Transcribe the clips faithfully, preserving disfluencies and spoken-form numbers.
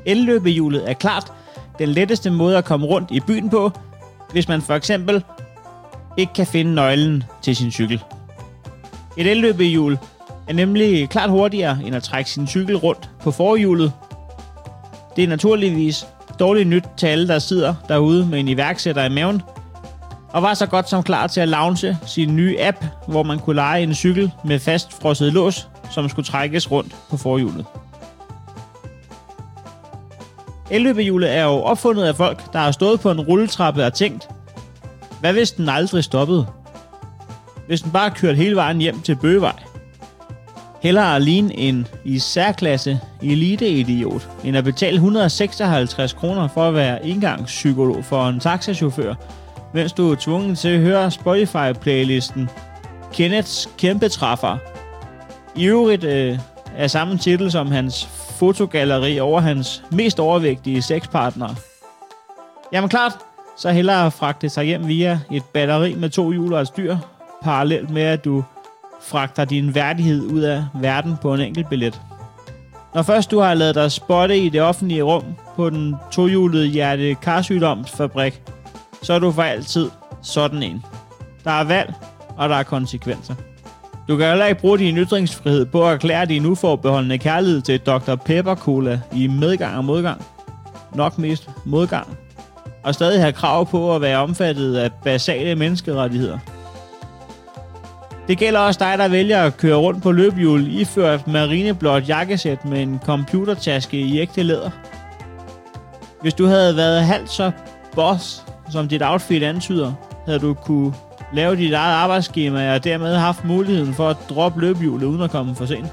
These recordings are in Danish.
elløbehjulet er klart den letteste måde at komme rundt i byen på, hvis man for eksempel ikke kan finde nøglen til sin cykel. Et elløbehjul er nemlig klart hurtigere end at trække sin cykel rundt på forhjulet. Det er naturligvis dårligt nyt til alle, der sidder derude med en iværksætter i maven, og var så godt som klar til at launche sin nye app, hvor man kunne leje en cykel med fastfrosset lås, som skulle trækkes rundt på forhjulet. Elløbehjulet er jo opfundet af folk, der har stået på en rulletrappe og tænkt, hvad hvis den aldrig stoppede? Hvis den bare kørte hele vejen hjem til Bøgevej? Hellere at ligne en i særklasse elite-idiot, end at betale et hundrede og seksoghalvtreds kroner for at være engangspsykolog for en taxachauffør, mens du er tvunget til at høre Spotify-playlisten Kenneths kæmpe træffer. I øvrigt øh, er samme titel som hans fotogalleri over hans mest overvægtige sexpartnere. Jamen klart, så hellere fragte sig hjem via et batteri med to hjul og et styr, parallelt med at du fragter din værdighed ud af verden på en enkelt billet. Når først du har ladet dig spotte i det offentlige rum på den tohjulede hjerte-karsygdomsfabrik, så er du for altid sådan en. Der er valg, og der er konsekvenser. Du kan heller ikke bruge din ytringsfrihed på at erklære din uforbeholdende kærlighed til doktor Pepper Cola i medgang og modgang. Nok mest modgang. Og stadig have krav på at være omfattet af basale menneskerettigheder. Det gælder også dig, der vælger at køre rundt på løbehjul iført marineblåt jakkesæt med en computertaske i ægte læder. Hvis du havde været halvt så boss, som dit outfit antyder, havde du kunne lave dit eget arbejdsskema og dermed haft muligheden for at droppe løbehjulet uden at komme for sent.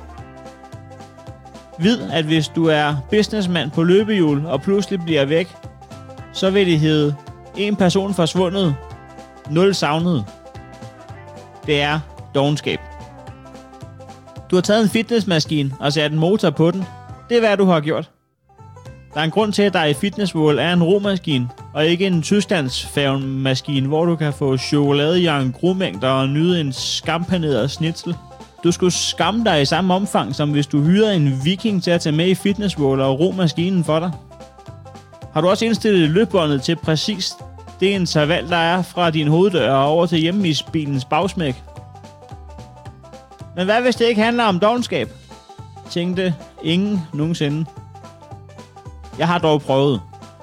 Vid, at hvis du er businessmand på løbehjul og pludselig bliver væk, så vil det hedde en person forsvundet, nul savnet. Det er dovenskab. Du har taget en fitnessmaskine og sat en motor på den. Det er hvad du har gjort. Der er en grund til, at der i Fitness World er en romaskine, og ikke en tysklandsfærgemaskine, hvor du kan få chokoladejern grumængder og nyde en skampaneret snitsel. Du skulle skamme dig i samme omfang, som hvis du hyrede en viking til at tage med i Fitness World og ro maskinen for dig. Har du også indstillet løbbåndet til præcis det interval, der er fra din hoveddør og over til hjemmeisbilens bagsmæk? Men hvad hvis det ikke handler om dovenskab? Tænkte ingen nogensinde. Jeg har dog prøvet.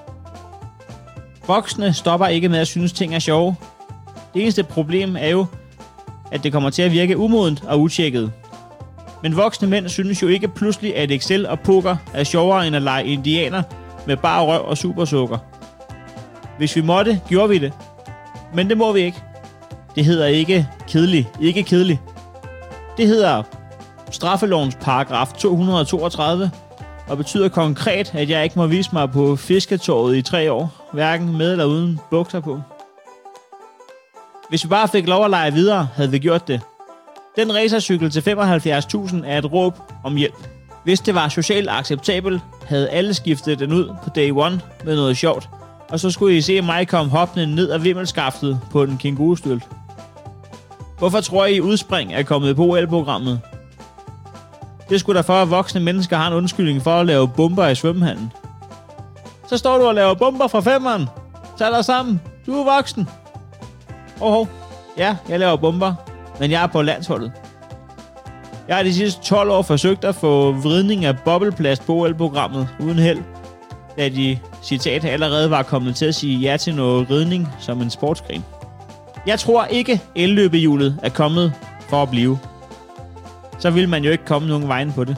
Voksne stopper ikke med at synes ting er sjove. Det eneste problem er jo, at det kommer til at virke umodent og utjekket. Men voksne mænd synes jo ikke pludselig, at Excel og poker er sjovere end at lege indianer med bare røv og supersukker. Hvis vi måtte, gjorde vi det. Men det må vi ikke. Det hedder ikke kedelig. Ikke kedelig. Det hedder straffelovens paragraf to hundrede og toogtredive og betyder konkret, at jeg ikke må vise mig på fisketorvet i tre år, hverken med eller uden bukser på. Hvis vi bare fik lov at lege videre, havde vi gjort det. Den racercykel til femoghalvfjerds tusind er et råb om hjælp. Hvis det var socialt acceptabelt, havde alle skiftet den ud på day one med noget sjovt, og så skulle I se mig komme hoppende ned ad vimmelskaftet på den kængurustylt. Hvorfor tror I, udspring er kommet på O L-programmet? Det skulle derfor, at voksne mennesker har en undskyldning for at lave bomber i svømmehallen. Så står du og laver bomber fra femmeren. Tag dig sammen. Du er voksen. Åh, oh, ja, jeg laver bomber, men jeg er på landsholdet. Jeg har de sidste tolv år forsøgt at få vridning af bobleplast på O L-programmet uden held, da de, citat, allerede var kommet til at sige ja til noget ridning som en sportsgren. Jeg tror ikke, elløbehjulet er kommet for at blive. Så vil man jo ikke komme nogen vejen på det.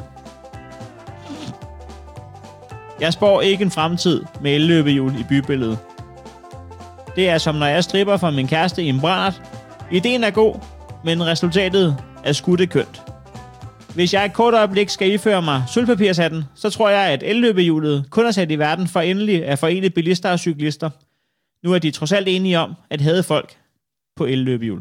Jeg spår ikke en fremtid med elløbehjul i bybilledet. Det er som når jeg stripper for min kæreste i en brændert. Ideen er god, men resultatet er skudte kønt. Hvis jeg et kort øjeblik skal iføre mig sølvpapirshatten, så tror jeg, at elløbehjulet kun er sat i verden for endelig at forene bilister og cyklister. Nu er de trods alt enige om at hade folk på elløbehjul.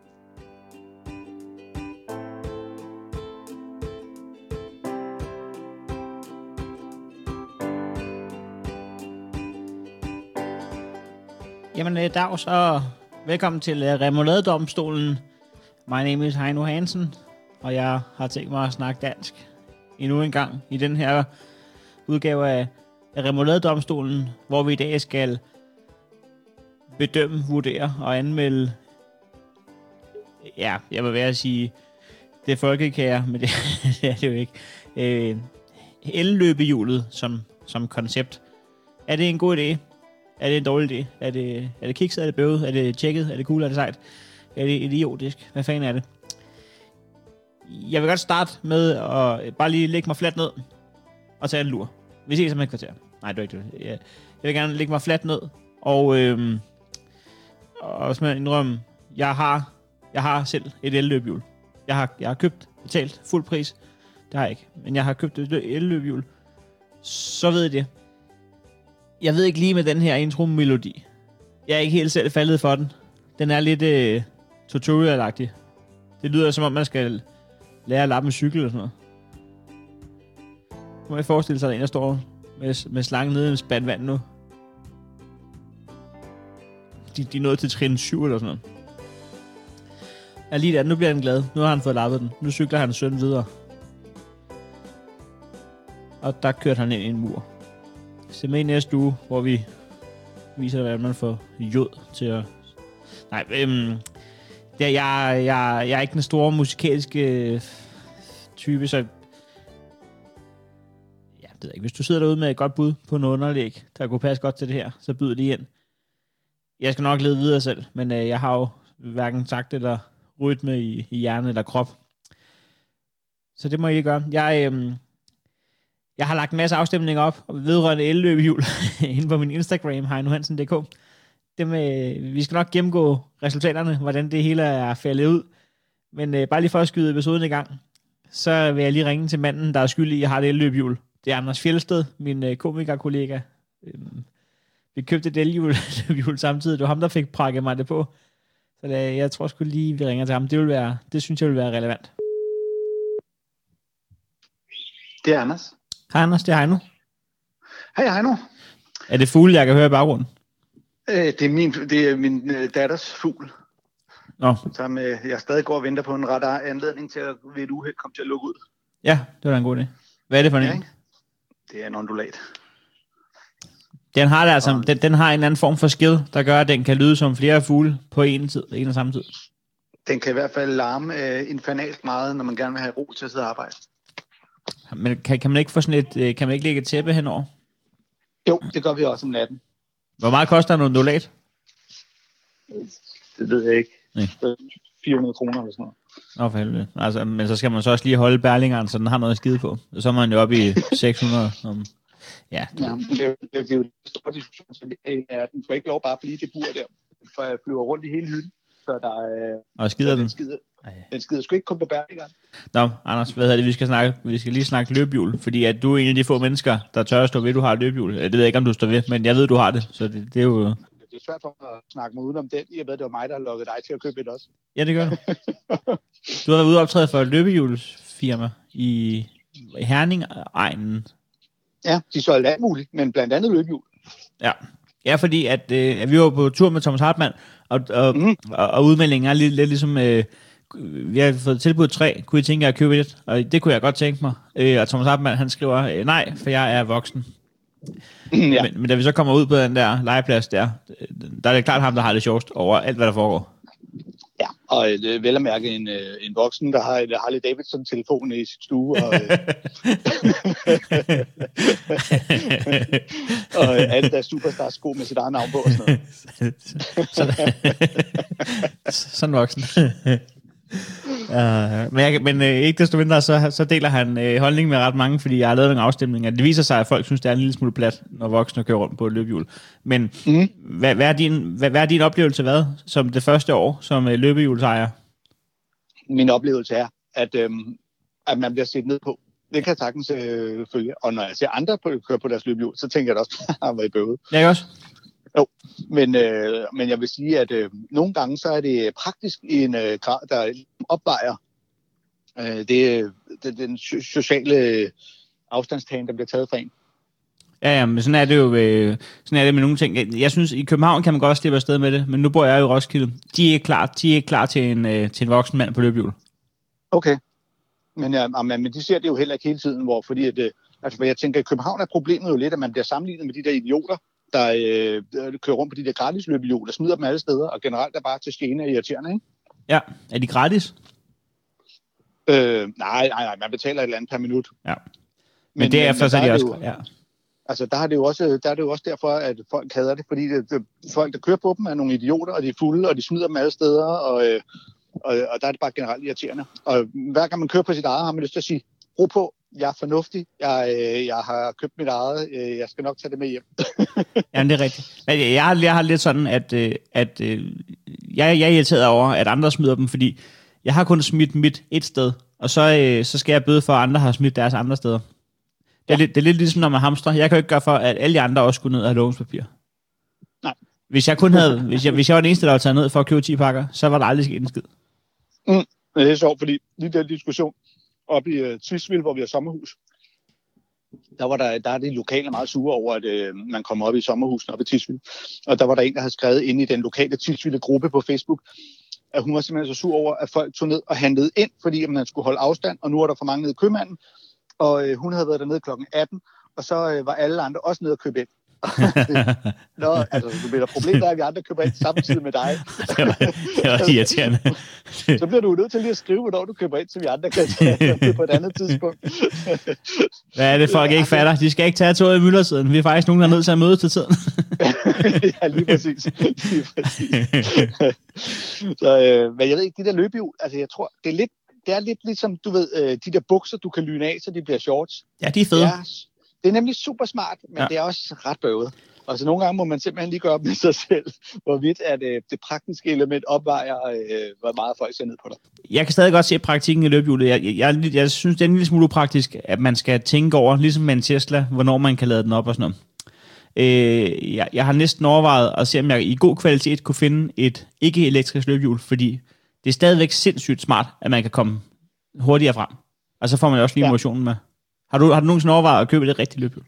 Jamen, dag så velkommen til uh, Remouladedomstolen. My name is Heino Hansen, og jeg har tænkt mig at snakke dansk endnu en gang i den her udgave af Remouladedomstolen, hvor vi i dag skal bedømme, vurdere og anmelde, ja, jeg vil være at sige, det er folkekære, men det, det er det jo ikke, øh, elløbehjulet som, som koncept. Er det en god idé? Er det en dårlig idé? Er det, er det kikset? Er det bøvet? Er det tjekket? Er det cool? Er det sejt? Er det idiotisk? Hvad fanden er det? Jeg vil godt starte med at bare lige lægge mig fladt ned og tage en lur. Vi ses om et kvarter. Nej, det er ikke det. Jeg vil gerne lægge mig fladt ned og, øhm, og simpelthen indrømme, jeg har, jeg har selv et elløbehjul. Jeg har, jeg har købt, betalt fuld pris. Det har jeg ikke. Men jeg har købt et elløbehjul. Så ved jeg det. Jeg ved ikke lige med den her intro-melodi. Jeg er ikke helt selv faldet for den. Den er lidt øh, tutorial-agtig. Det lyder som om, man skal lære at lappe en cykel eller sådan noget. Nu må jeg forestille sig, at der er en, der står med, med slangen nede i en spand vand nu. De, de er nået til trin syv eller sådan noget. Ja, lige der. Nu bliver han glad. Nu har han fået lappet den. Nu cykler hans søn videre. Og der kørte han ind i en mur. Se med i næste uge, hvor vi viser, hvordan man får jod til at... Nej, øhm... Det er, jeg, jeg, jeg er ikke den store musikalske type, så... Ja, det ved jeg ikke. Hvis du sidder derude med et godt bud på en underlæg, der kunne passe godt til det her, så byd det ind. Jeg skal nok lede videre selv, men øh, jeg har jo hverken sagt eller rytme i, i hjerne eller krop. Så det må I lige gøre. Jeg... Øh, Jeg har lagt en masse afstemninger op vedrørende elløbehjul inde på min Instagram, heino hansen punktum d k. Dem, øh, vi skal nok gennemgå resultaterne, hvordan det hele er faldet ud. Men øh, bare lige for at skyde episoden i gang, så vil jeg lige ringe til manden, der er skyldig i, at jeg har et elløbehjul. Det er Anders Fjeldsted, min øh, komikerkollega. Øh, vi købte et elløbehjul samtidig. Det var ham, der fik prakket mig det på. Så det, jeg tror sgu lige, vi ringer til ham. Det, vil være, det synes jeg vil være relevant. Det er Anders. Hej Anders, det er Heino. Hej Heino. Er det fugle, jeg kan høre i baggrunden? Øh, det er min, det er min øh, datters fugl. Nå. Som øh, jeg stadig går og venter på en ret anledning til at ved et uheld komme til at lukke ud. Ja, det var da en god idé. Hvad er det for en? Ja, det er en ondulat. Den har, det altså, den, den har en anden form for skid, der gør, at den kan lyde som flere fugle på en, tid, en og samme tid. Den kan i hvert fald larme øh, infernalt meget, når man gerne vil have ro til at sidde og arbejde. Men kan, kan man ikke få sådan et, kan man ikke lægge et tæppe henover? Jo, det gør vi også om natten. Hvor meget koster en ondulat? Det ved jeg ikke. Nej. fire hundrede kroner eller sådan noget. Nå for helvede. Altså, men så skal man så også lige holde bærlingeren, så den har noget at skide på. Så er man jo oppe i seks hundrede. Om... Ja, det... ja det, er, det er jo en stor diskussion, så det er, den får ikke lov bare at blive det bur der. For jeg flyver rundt i hele hytten. Så der er... Og skider den? Den skider, den skider sgu ikke kun på bærlingeren. Nå, Anders, hvad hedder det? Vi skal, snakke, vi skal lige snakke løbehjul, fordi at du er en af de få mennesker, der tør at stå ved, du har et løbehjul. Det ved jeg ikke, om du står ved, men jeg ved, du har det, så det, det er jo... Det er svært for mig at snakke mig udenom den. Jeg ved, det var mig, der har lukket dig til at købe et også. Ja, det gør du. Du har været ude og optræde for et løbehjulsfirma i Herning-egnen. Ja, de solgte alt muligt, men blandt andet løbehjul. Ja, ja fordi at, øh, at vi var på tur med Thomas Hartmann, og, og, mm. og, og udmeldingen er lidt, lidt ligesom... Øh, vi har fået tilbudt tre. Kunne I tænke jer at købe et? Og det kunne jeg godt tænke mig. Øh, og Thomas Hartmann, han skriver, øh, nej, for jeg er voksen. Ja. Men, men da vi så kommer ud på den der legeplads der, der er det klart ham, der har det sjovest over alt, hvad der foregår. Ja, og øh, vel at mærke en, øh, en voksen, der har en Harley Davidson-telefon i sit stue. Og, øh, og øh, alle der superstars sko med sit eget navn på og sådan noget. sådan, sådan voksen. Uh, men jeg, men øh, ikke desto mindre, så, så deler han øh, holdning med ret mange, fordi jeg har lavet nogle afstemninger. Det viser sig, at folk synes, det er en lille smule plat, når voksne kører rundt på et løbehjul. Men mm. hvad, hvad, er din, hvad, hvad er din oplevelse hvad, som det første år som øh, løbehjulsejer? Min oplevelse er, at, øh, at man bliver set ned på. Det kan jeg sagtens øh, følge. Og når jeg ser andre på, køre på deres løbehjul, så tænker jeg da også, at han var i bøvet. Ja, også? Jo, men, øh, men jeg vil sige, at øh, nogle gange så er det praktisk i en øh, grad, der opvejer øh, det, det, den sociale afstandstagen, der bliver taget fra en. Ja, ja, men sådan er det jo øh, sådan er det med nogle ting. Jeg synes, i København kan man godt slippe afsted med det, men nu bor jeg jo i Roskilde. De er ikke klar, de er ikke klar til, en, øh, til en voksen mand på løbehjul. Okay, men, ja, men de ser det jo heller ikke hele tiden, hvor fordi at, Altså, for jeg tænker, i København er problemet jo lidt, at man bliver sammenlignet med de der idioter, der øh, kører rundt på de der gratis løbehjul og smider dem alle steder, og generelt er bare til gene og irriterende, ikke? Ja, er de gratis? Øh, nej, nej, nej, man betaler et eller andet per minut. Ja, men, men derefter så er de også... Jo, ja. Altså, der er, det jo også, der er det jo også derfor, at folk hader det, fordi det, det, folk, der kører på dem, er nogle idioter, og de er fulde, og de smider dem alle steder, og, øh, og, og der er det bare generelt irriterende. Og hver gang man kører på sit eget, har man lyst til at sige, ro på, jeg er fornuftig, jeg, øh, jeg har købt mit eget, øh, jeg skal nok tage det med hjem. Jamen, det er rigtigt. Men jeg har, jeg har lidt sådan, at, at øh, jeg, jeg er irriteret over, at andre smider dem, fordi jeg har kun smidt mit et sted, og så, øh, så skal jeg bøde for, at andre har smidt deres andre steder. Det er, ja. lidt, det er lidt ligesom, når man hamstrer. Jeg kan jo ikke gøre for, at alle de andre også skulle ned og have lågenspapir. Nej. Hvis jeg kun havde, hvis jeg, hvis jeg var den eneste, der var taget ned for at købe ti pakker, så var der aldrig sket en skid. Mm. Men det er sjovt, fordi lige den diskussion oppe i uh, Tisvilde, hvor vi har sommerhus, der var der, der er de lokale meget sure over, at uh, man kommer op i sommerhusen oppe i Tisvilde. Og der var der en, der havde skrevet inde i den lokale Tisvilde-gruppe på Facebook, at hun var simpelthen så sur over, at folk tog ned og handlede ind, fordi man skulle holde afstand, og nu er der for mange nede i købmanden. Og øh, hun havde været dernede klokken atten, og så øh, var alle andre også nede og købe ind. Nå, altså, du bliver der problemet er, at vi andre køber ind samtidig med dig. det, var, det var irriterende. Så bliver du nødt til lige at skrive, hvornår du køber ind, så vi andre kan tage på et andet tidspunkt. Hvad er det, folk ikke fatter? De skal ikke tage toget i myldretiden. Vi er faktisk nogen, der er nødt til at møde til tiden. ja, lige præcis. Lige præcis. så, øh, men jeg ved ikke, de der løbehjul, altså jeg tror, det er lidt Det er lidt ligesom, du ved, øh, de der bukser, du kan lyne af, så de bliver shorts. Ja, de er fede. Det er, det er nemlig super smart, men ja. Det er også ret bøvet. Og så nogle gange må man simpelthen lige gøre op med sig selv, hvorvidt at øh, det praktiske element opvejer, øh, hvor meget folk ser ned på dig. Jeg kan stadig godt se praktikken i løbehjulet. Jeg, jeg, jeg, jeg synes, det er en lille smule upraktisk, at man skal tænke over, ligesom med en Tesla, hvornår man kan lade den op og sådan noget. Øh, jeg, jeg har næsten overvejet at se, om jeg i god kvalitet kunne finde et ikke-elektrisk løbehjul, fordi det er stadigvæk sindssygt smart, at man kan komme hurtigere frem. Og så får man også lige ja. motionen med. Har du, har du nogensinde overvejet at købe et rigtigt løbehjul?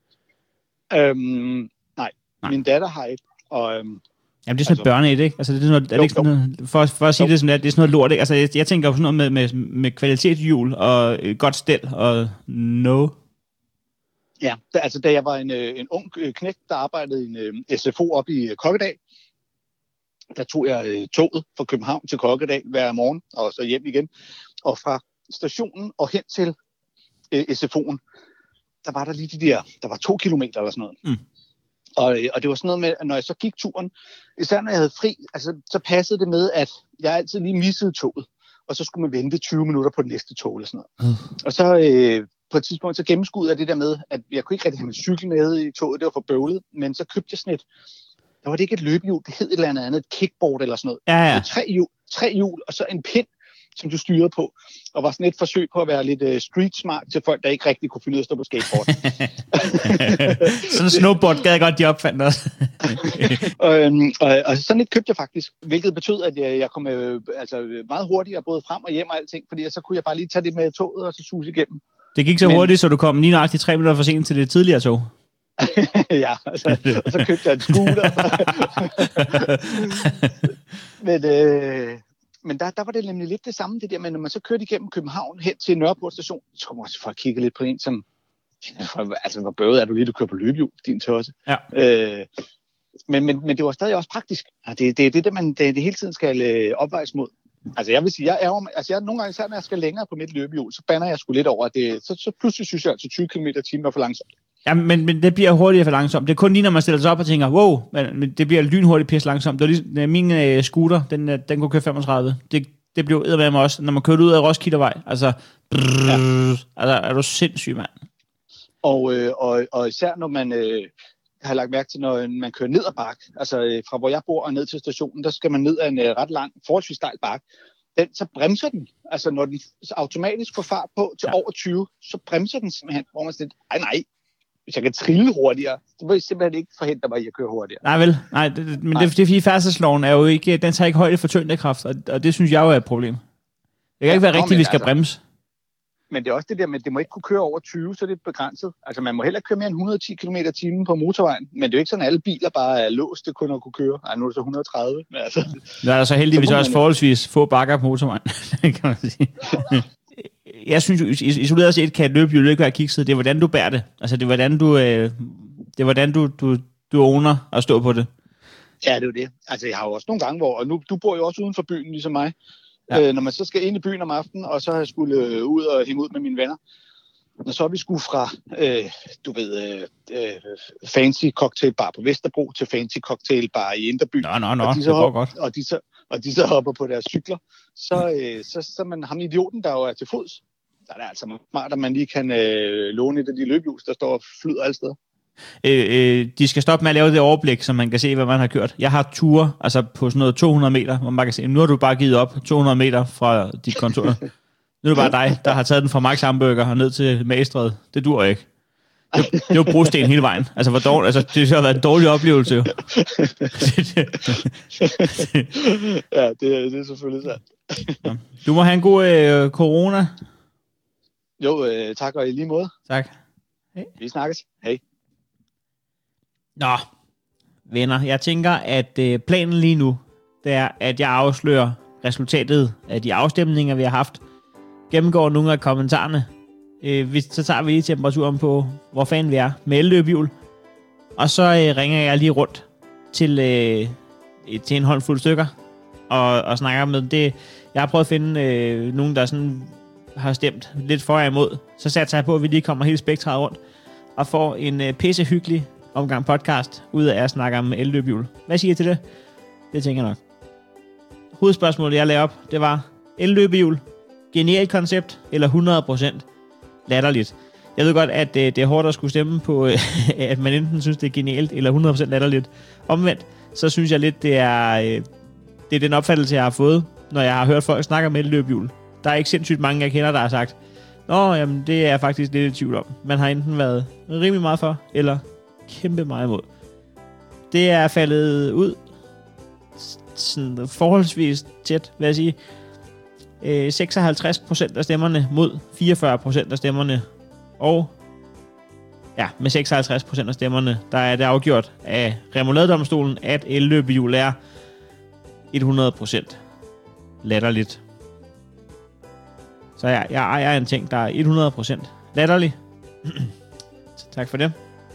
Øhm, nej. nej, min datter har et. Og, øhm, Jamen det er sådan altså, børne et, ikke? Altså det er sådan noget, er det ikke sådan noget, for, for at sige jo. det sådan, at det er sådan noget lort, ikke? Altså jeg, jeg tænker på sådan noget med, med, med kvalitetshjul og et godt stel og no. Ja, da, altså da jeg var en, en ung knægt, der arbejdede i en S F O oppe i Kokkedal, der tog jeg øh, toget fra København til Kokkedal hver morgen, og så hjem igen. Og fra stationen og hen til øh, S F O'en, der var der lige de der, der var to kilometer eller sådan noget. Mm. Og, og det var sådan noget med, at når jeg så gik turen, især når jeg havde fri, altså, så passede det med, at jeg altid lige missede toget. Og så skulle man vente tyve minutter på det næste tog eller sådan noget. Mm. Og så øh, på et tidspunkt, så gennemskudde jeg det der med, at jeg kunne ikke rigtig have min cykel med i toget, det var for bøvlet, men så købte jeg sådan et, der var det ikke et løbehjul, det hed et eller andet, et kickboard eller sådan noget. Ja, ja. Tre hjul, tre hjul, og så en pind, som du styrede på, og var sådan et forsøg på at være lidt uh, street smart til folk, der ikke rigtig kunne finde ud af at stå på skateboard. Sådan en snowboard gad jeg godt, de opfandt også. og, øhm, og, og sådan et købte jeg faktisk, hvilket betød, at jeg, jeg kom øh, altså meget hurtigere både frem og hjem og alting, fordi så kunne jeg bare lige tage det med toget og så suse igennem. Det gik så Men... hurtigt, så du kom lige nøjagtigt tre minutter for sent til det tidligere tog. ja, altså, og så købte jeg en scooter. Men, øh, men der, der var det nemlig lidt det samme, det der, men når man så kørte igennem København hen til Nørreport station, så kommer man folk kigge lidt på en, som, altså hvor bøvet er du lige, du kører på løbehjul, din tørse. Ja. Øh, men, men, men det var stadig også praktisk. Det, det er det, der man det, det hele tiden skal øh, opvejes mod. Altså jeg vil sige, jeg er altså jeg nogle gange, især når jeg skal længere på mit løbehjul, så bander jeg sgu lidt over, at det, så, så pludselig synes jeg, at tyve kilometer i timen var for langsomt. Ja, men, men det bliver hurtigere for langsomt. Det er kun lige, når man stiller sig op og tænker, wow, men det bliver lynhurtigt pisse langsomt. Det var lige, min øh, scooter, den, den kunne køre femogtredive. Det, det blev eddermame også, når man kørte ud af Roskildevej. Altså, brrr, ja. altså er du sindssyg, mand. Og, øh, og, og især når man øh, har lagt mærke til, når man kører ned ad bakke, altså øh, fra hvor jeg bor og ned til stationen, der skal man ned ad en øh, ret lang, forholdsvis stejl bakke. Den, så bremser den. Altså når den automatisk får fart på til ja. over tyve, så bremser den simpelthen, hvor man siger, nej nej, hvis jeg kan trille hurtigere, så vil jeg simpelthen ikke forhindre mig i at køre hurtigere. Nej vel, nej, det, men nej. Det, det er fordi færdselsloven er jo ikke, den tager ikke højde for tyngdekraft, og, og det synes jeg jo er et problem. Det kan ja, ikke være rigtigt, at vi skal altså, bremse. Men det er også det der med, at det må ikke kunne køre over tyve, så det er begrænset. Altså man må heller køre mere end et hundrede og ti kilometer i timen på motorvejen, men det er jo ikke sådan, at alle biler bare er låst til kun at kunne køre. Ej, nu er det så et hundrede og tredive. Men altså, nu er der så heldigvis så også forholdsvis få bakker på motorvejen, kan man sige. jeg synes jo, isoleret set kan et løbehjul ikke være kikset. Det er, hvordan du bærer det. Altså, det er, hvordan du, øh, det er, hvordan du, du, du owner at stå på det. Ja, det er jo det. Altså, jeg har jo også nogle gange, hvor... Og nu, du bor jo også uden for byen, ligesom mig. Ja. Øh, når man så skal ind i byen om aftenen, og så har jeg skulle øh, ud og hænge ud med mine venner. Når så er vi skulle fra, øh, du ved, øh, øh, fancy cocktailbar på Vesterbro til fancy cocktailbar i Indre By. Nå, nå, nå, og de så det går hopper, godt. Og de, så, og de så hopper på deres cykler, så, øh, så, så man ham idioten, der jo er til fods. Der er det altså smart, at man lige kan øh, låne et af de løbehjul, der står og flyder alle steder. Øh, øh, de skal stoppe med at lave det overblik, så man kan se, hvad man har kørt. Jeg har ture, altså på sådan noget to hundrede meter, hvor man kan se, nu har du bare givet op to hundrede meter fra dit kontor. Nu er det bare dig, der har taget den fra Max Hamburger og ned til Magstræde. Det dur ikke. Det, det er jo brosten hele vejen. Altså, hvor dårligt, altså, det har været en dårlig oplevelse. Jo. Ja, det, det er selvfølgelig sandt. Du må have en god øh, corona. Jo, øh, tak og i lige måde. Tak. Hey. Vi snakkes. Hej. Nå, venner, jeg tænker, at øh, planen lige nu, det er, at jeg afslører resultatet af de afstemninger, vi har haft. Gennemgår nogle af kommentarerne. Øh, hvis, så tager vi lige temperaturen på, hvor fanden vi er med elløbehjul. Og så øh, ringer jeg lige rundt til, øh, til en håndfuld stykker og, og snakker med det. Jeg har prøvet at finde øh, nogen, der sådan har stemt lidt for og imod. Så satser jeg på, at vi lige kommer hele spektret rundt og får en øh, pissehyggelig omgang podcast ud af at snakke om elløbehjul. Hvad siger I til det? Det tænker jeg nok. Hovedspørgsmålet, jeg lavede op, det var elløbehjul. Genialt koncept eller hundrede procent latterligt. Jeg ved godt, at øh, det er hårdt at skulle stemme på, øh, at man enten synes, det er genialt eller hundrede procent latterligt. Omvendt, så synes jeg lidt, det er, øh, det er den opfattelse, jeg har fået, når jeg har hørt folk snakke om elløbehjul. Der er ikke sindssygt mange, jeg kender, der har sagt, nå, jamen, det er jeg faktisk lidt i tvivl om. Man har enten været rimelig meget for, eller kæmpe meget imod. Det er faldet ud sådan forholdsvis tæt, vil jeg sige. Øh, seksoghalvtreds procent af stemmerne mod fireogfyrre procent af stemmerne. Og ja, med seksoghalvtreds procent af stemmerne, der er det afgjort af Remouladedomstolen, at elløbehjul er hundrede procent latterligt. Så jeg, jeg ejer en ting, der er hundrede procent latterlig. Tak for det.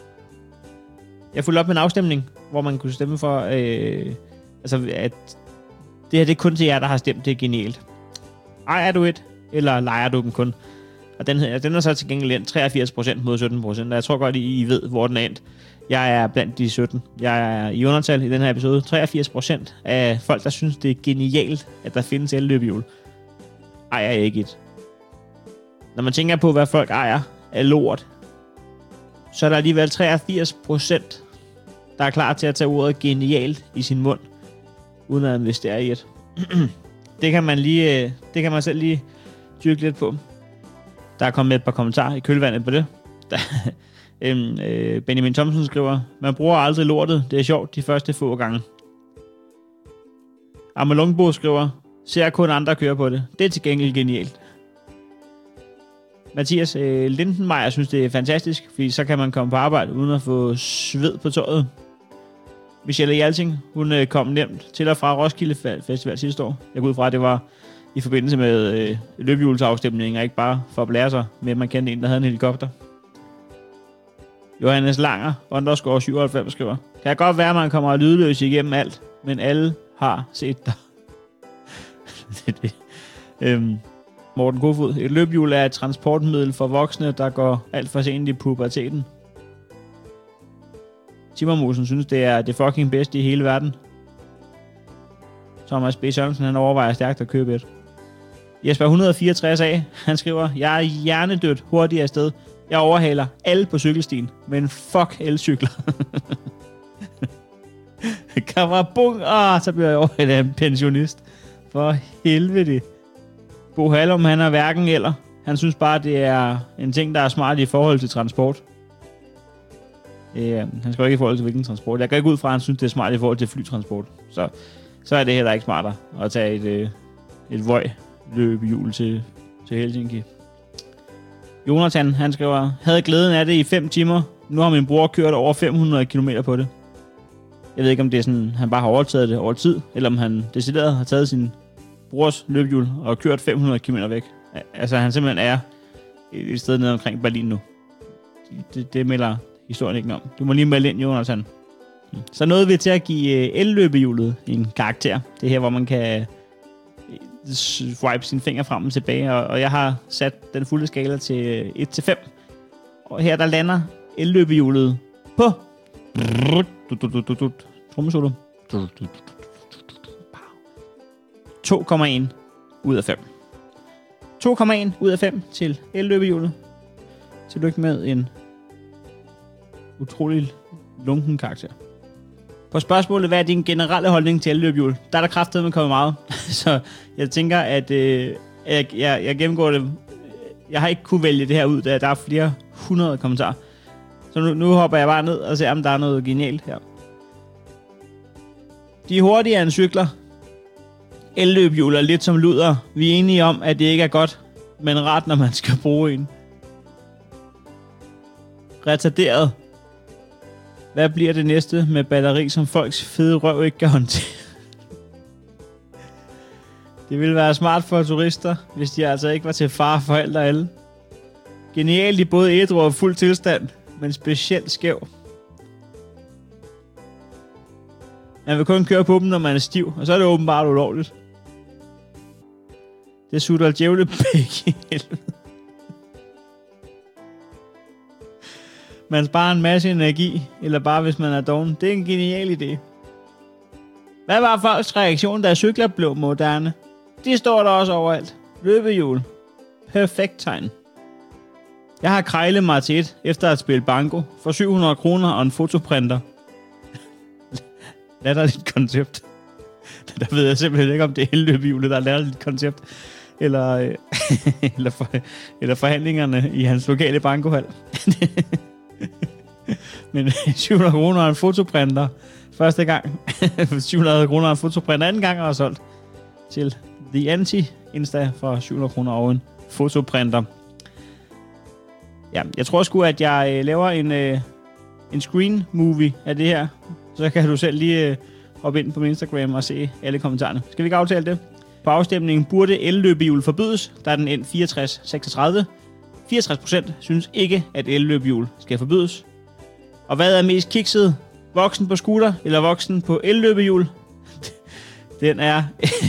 Jeg fulgte op med en afstemning, hvor man kunne stemme for, øh, altså at det her det er kun til jer, der har stemt, det er genialt. Ejer du et, eller leger du dem kun? Og den, den er så til gengæld endt treogfirs procent mod sytten procent, og jeg tror godt, I ved, hvor den er endt. Jeg er blandt de sytten. Jeg er i undertal i den her episode. treogfirs procent af folk, der synes, det er genialt, at der findes elløbehjul, ejer ikke et. Når man tænker på, hvad folk ejer af lort, så er der alligevel treogfirs procent, der er klar til at tage ordet genialt i sin mund, uden at investere i et. Det kan man lige, det kan man selv lige dyrke lidt på. Der er kommet et par kommentarer i kølvandet på det. Der, øhm, øh, Benjamin Thomsen skriver, man bruger aldrig lortet, det er sjovt de første få gange. Amalungbo skriver, ser kun andre køre på det. Det er til gengæld genialt. Mathias øh, Lindenmeier synes, det er fantastisk, fordi så kan man komme på arbejde uden at få sved på tøjet. Michelle Hjalting, hun øh, kom nemt til og fra Roskilde Festival sidste år. Jeg går ud fra, at det var i forbindelse med øh, løbehjulsafstemninger, ikke bare for at blære sig med, at man kendte en, der havde en helikopter. Johannes Langer, underscore syvoghalvfems, skriver, kan jeg godt være, at man kommer lydløs igennem alt, men alle har set dig. det, det. Øhm, Morten Kofod, et løbehjul er et transportmiddel for voksne, der går alt for sent i puberteten. Timmermusen synes, det er det fucking bedste i hele verden. Thomas B. Sørensen, han overvejer stærkt at købe et. Jesper et hundrede og fireogtres A, han skriver, jeg er hjernedødt hurtigt afsted. Jeg overhaler alle på cykelstien, men fuck elcykler. Kamerabung, åh, så bliver jeg overhalet af en pensionist. For helvede. Bo Hallum, han er hverken eller. Han synes bare, det er en ting, der er smart i forhold til transport. Øh, han skal ikke i forhold til hvilken transport. Jeg går ikke ud fra, at han synes, det er smart i forhold til flytransport. Så, så er det heller ikke smartere at tage et, øh, et vøj løbehjul til, til Helsinki. Jonathan, han skriver, havde glæden af det i fem timer. Nu har min bror kørt over fem hundrede kilometer på det. Jeg ved ikke, om det er sådan, han bare har overtaget det over tid, eller om han decideret har taget sin brors løbehjul og kørt fem hundrede kilometer væk. Altså, han simpelthen er et sted nede omkring Berlin nu. Det, det melder historien ikke om. Du må lige melde ind, Jonathan. Så nåede vi til at give elløbehjulet en karakter. Det er her, hvor man kan swipe sine fingre frem og tilbage, og, og jeg har sat den fulde skala til et til fem. Og her der lander elløbehjulet på trommesolo to komma en ud af fem. to komma en ud af fem til elløbehjulet. Tillykke med en utrolig lunken karakter. På spørgsmålet, hvad er din generelle holdning til elløbehjul? Der er der kraftedeme kommet meget. Så jeg tænker, at øh, jeg, jeg, jeg gennemgår det. Jeg har ikke kunne vælge det her ud, da der er flere hundrede kommentarer. Så nu, nu hopper jeg bare ned og ser, om der er noget genialt her. De er hurtigere end cykler. Elløbehjul er lidt som luder. Vi er enige om, at det ikke er godt, men ret, når man skal bruge en. Retarderet. Hvad bliver det næste med batteri, som folks fede røv ikke kan håndtere? Det ville være smart for turister, hvis de altså ikke var til fare for alt og alle. Genialt i både ædru og fuld tilstand, men specielt skæv. Man vil kun køre på dem, når man er stiv, og så er det åbenbart ulovligt. Det sutter djævlepæk i helvede. Man sparer en masse energi, eller bare hvis man er doven. Det er en genial idé. Hvad var folks reaktion, da cykler blev moderne? De står der også overalt. Løbehjul. Perfekt tegn. Jeg har krejlet mig til et, efter at spille banko, for syv hundrede kroner og en fotoprinter. Latterligt koncept. Der ved jeg simpelthen ikke, om det er elløbehjulet, der er latterligt koncept. Eller, øh, eller, for, eller forhandlingerne i hans lokale bankohal. Men syv hundrede kroner og en fotoprinter første gang. syv hundrede kroner og en fotoprinter anden gang og solgt til The Anti-Insta for syv hundrede kroner og en fotoprinter. Ja, jeg tror sgu, at jeg øh, laver en, øh, en screen movie af det her. Så kan du selv lige øh, hoppe ind på min Instagram og se alle kommentarerne. Skal vi ikke aftale det? På afstemningen burde elløbehjul forbydes. Der er den ind fireogtres seksogtredive. fireogtres procent synes ikke, at elløbehjul skal forbydes. Og hvad er mest kikset? Voksen på scooter eller voksen på elløbehjul? Den er...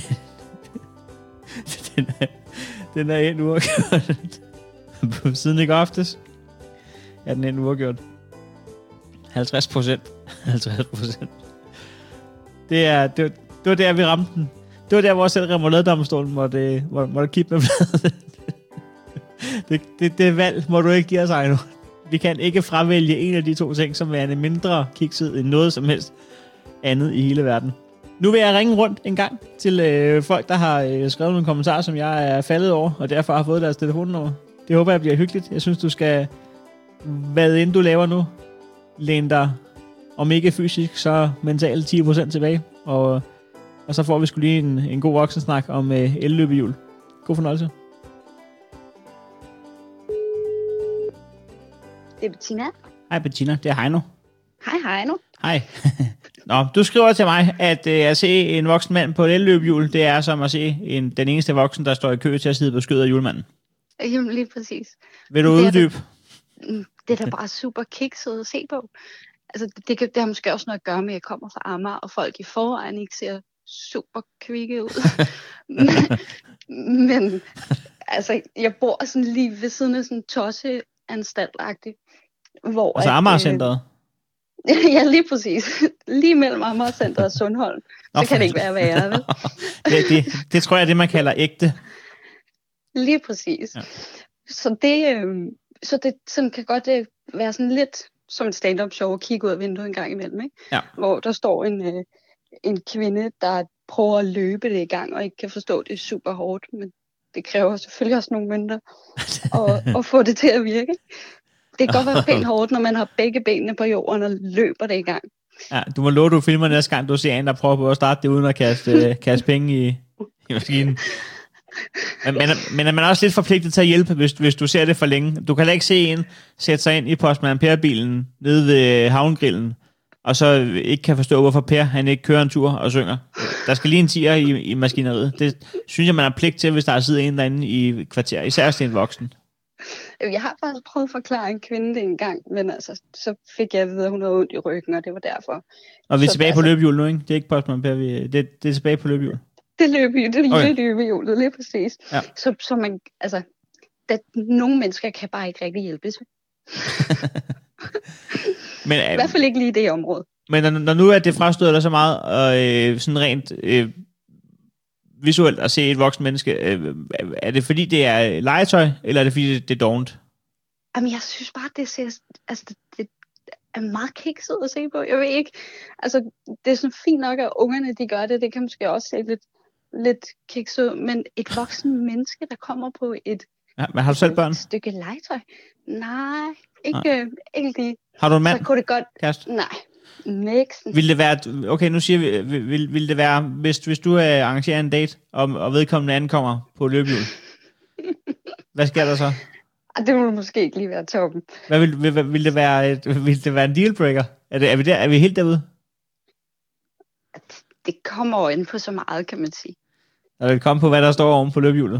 den er... Den er en uafgjort. Siden ikke oftes er den en uafgjort. halvtreds procent. halvtreds procent. Det er... Det var, det var der, vi ramte den. Det var der, hvor selv remouladedomstolen måtte, måtte, måtte kippe med bladet. det, det, det valg må du ikke give os ej nu. Vi kan ikke fravælge en af de to ting, som er mindre kikset end noget som helst andet i hele verden. Nu vil jeg ringe rundt en gang til øh, folk, der har øh, skrevet nogle kommentarer, som jeg er faldet over, og derfor har fået deres telefonnummer. Det håber jeg bliver hyggeligt. Jeg synes, du skal, hvad end du laver nu, læne dig, om ikke fysisk, så mentalt ti procent tilbage. Og, og så får vi sgu lige en, en god voksensnak om øh, elløbehjul. God fornøjelse. Det er Bettina. Hej Bettina, det er Heino. Hej Heino. Hej. Nå, du skriver til mig, at øh, at se en voksen mand på et elløbehjul, det er som at se en, den eneste voksen, der står i kø til at sidde på skødet af julemanden. Jamen lige præcis. Vil du uddybe? Det, det er da bare super kikset at se på. Altså, det, det, det har måske også noget at gøre med, at jeg kommer fra Amager, og folk i forvejen ikke ser super kvikke ud. men, men altså, jeg bor sådan lige ved siden af sådan en tosseanstaltagtigt. Hvor altså Amager-centret? Øh, ja, lige præcis. Lige mellem Amager-centret og Sundholm. Så Nå, kan det ikke være værre, vel? det, det, det tror jeg er det, man kalder ægte. Lige præcis. Ja. Så det, øh, så det sådan kan godt øh, være sådan lidt som et stand-up show at kigge ud af vinduet en gang imellem, ikke? Ja. Hvor der står en, øh, en kvinde, der prøver at løbe det i gang, og ikke kan forstå, at det er super hårdt, men det kræver selvfølgelig også nogle mønter at, at få det til at virke. Det kan godt være pænt hårdt, når man har begge benene på jorden og løber det i gang. Ja, du må love, du filmer næste gang, du ser en, der prøver på at starte det, uden at kaste, kaste penge i, i maskinen. Men, men, men er man også lidt forpligtet til at hjælpe, hvis, hvis du ser det for længe? Du kan da ikke se en sætte sig ind i Postman Per-bilen nede ved havngrillen, og så ikke kan forstå, hvorfor Per han ikke kører en tur og synger. Der skal lige en tier i, i maskineriet. Det synes jeg, man har pligt til, hvis der er siddet en derinde i kvarter. Især hvis det er en voksen. Jeg har faktisk prøvet at forklare en kvinde det en gang, men altså, så fik jeg at vide, at hun havde ondt i ryggen, og det var derfor. Og vi er så, tilbage altså, på løbehjul nu, ikke? Det er ikke Postman Per, vi, det, det er tilbage på løbehjul. Det løber jo, det er Okay. okay. løbehjulet, lige præcis. Ja. Så, så man, altså, der, nogle mennesker kan bare ikke rigtig hjælpes. Men, I hvert fald ikke lige i det område. Men når, når nu er det frastøder dig så meget, og øh, sådan rent øh, visuelt at se et voksen menneske, øh, er det fordi det er legetøj, eller er det fordi det, det er dovent? Jamen, jeg synes bare, det ser, altså, det, det er meget kikset at se på. Jeg ved ikke, altså, det er sådan fint nok, at ungerne, de gør det, det kan måske også se lidt, lidt kikset ud, men et voksen menneske, der kommer på et, Ja, men har du selv børn? et stykke legetøj? Nej, ikke, Nej. øh, ikke lige. Har du en mand? Så kunne det godt, Kæreste? nej, næsten. Vil det være, okay, nu siger vi, vil, vil, vil det være, hvis, hvis du øh, arrangerer en date, og, og vedkommende ankommer på løbehjul, hvad sker der så? Ah, det må måske ikke lige være toppen. Hvad vil, vil, vil, det være et, vil det være en dealbreaker? Er, det, er, vi der, er vi helt derude? Det kommer jo ind på så meget, kan man sige. Der vil komme på, hvad der står oven på løbehjulet.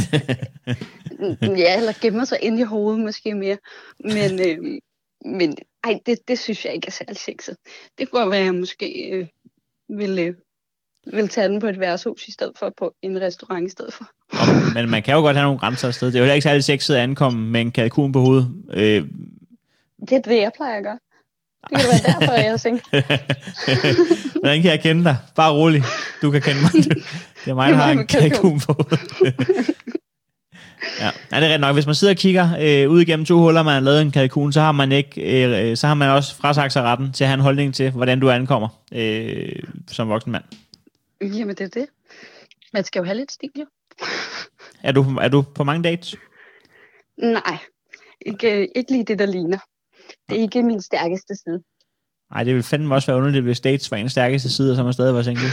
Ja, eller gemmer sig ind i hovedet måske mere. Men, øh, men ej, det, det synes jeg ikke er særlig sexet. Det kunne være, at jeg måske øh, ville, øh, ville tage den på et værtshus i stedet for på en restaurant i stedet for. Nå, men man kan jo godt have nogle grænser et sted. Det er jo heller ikke særlig sexet at ankomme med en kalkun på hovedet. Øh. Det er det, jeg plejer at gøre. Det kan være derfor, jeg tænker. Hvordan kan jeg kende dig? Bare rolig. Du kan kende mig. Det er mig, der har en kalkun på hovedet. Ja, ja, det er ret nok. Hvis man sidder og kigger øh, ud igennem to huller, man har lavet en kalkun, så har man ikke, øh, så har man også frasagt sig retten til at have en holdning til, hvordan du ankommer øh, som voksen mand. Jamen, det er det. Man skal jo have lidt stil, jo. Er du, er du på mange dates? Nej, ikke, ikke lige det, der ligner. Det er ikke min stærkeste side. Nej, det vil fandme også være underligt, hvis dates var en stærkeste side, og så man stadig var single.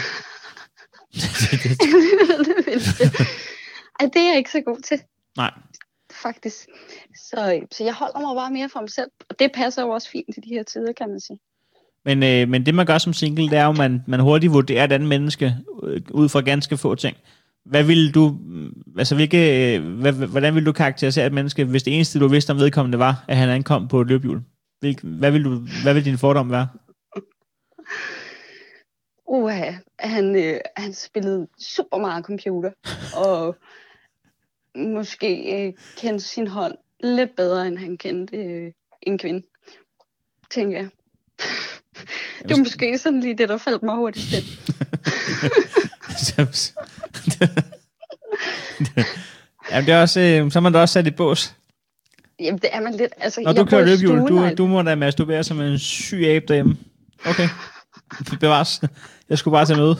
Ej, det er jeg ikke så god til. Nej. Faktisk. Så, så jeg holder mig bare mere for mig selv. Og det passer jo også fint til de her tider, kan man sige. Men, øh, men det man gør som single, det er jo, at man, man hurtigt vurderer et andet menneske øh, ud fra ganske få ting. Hvad vil du, altså hvilke, øh, hvad, hvordan vil du karakterisere et menneske, hvis det eneste du vidste om vedkommende var, at han ankom på et løbehjul? Hvil, hvad vil du, hvad vil din fordom være? Uha, han, øh, han spillede super meget computer, og måske øh, kendte sin hånd lidt bedre, end han kendte øh, en kvinde, tænker jeg. Det var måske sådan lige det, der faldt mig hurtigt ind. Jamen, det er også, øh, så er man da også sat i bås. Jamen, det er man lidt. Altså, når du kører løbehjul, du, du må da masturbere som en syg abe derhjemme. Okay. Bevares. Jeg skulle bare til møde.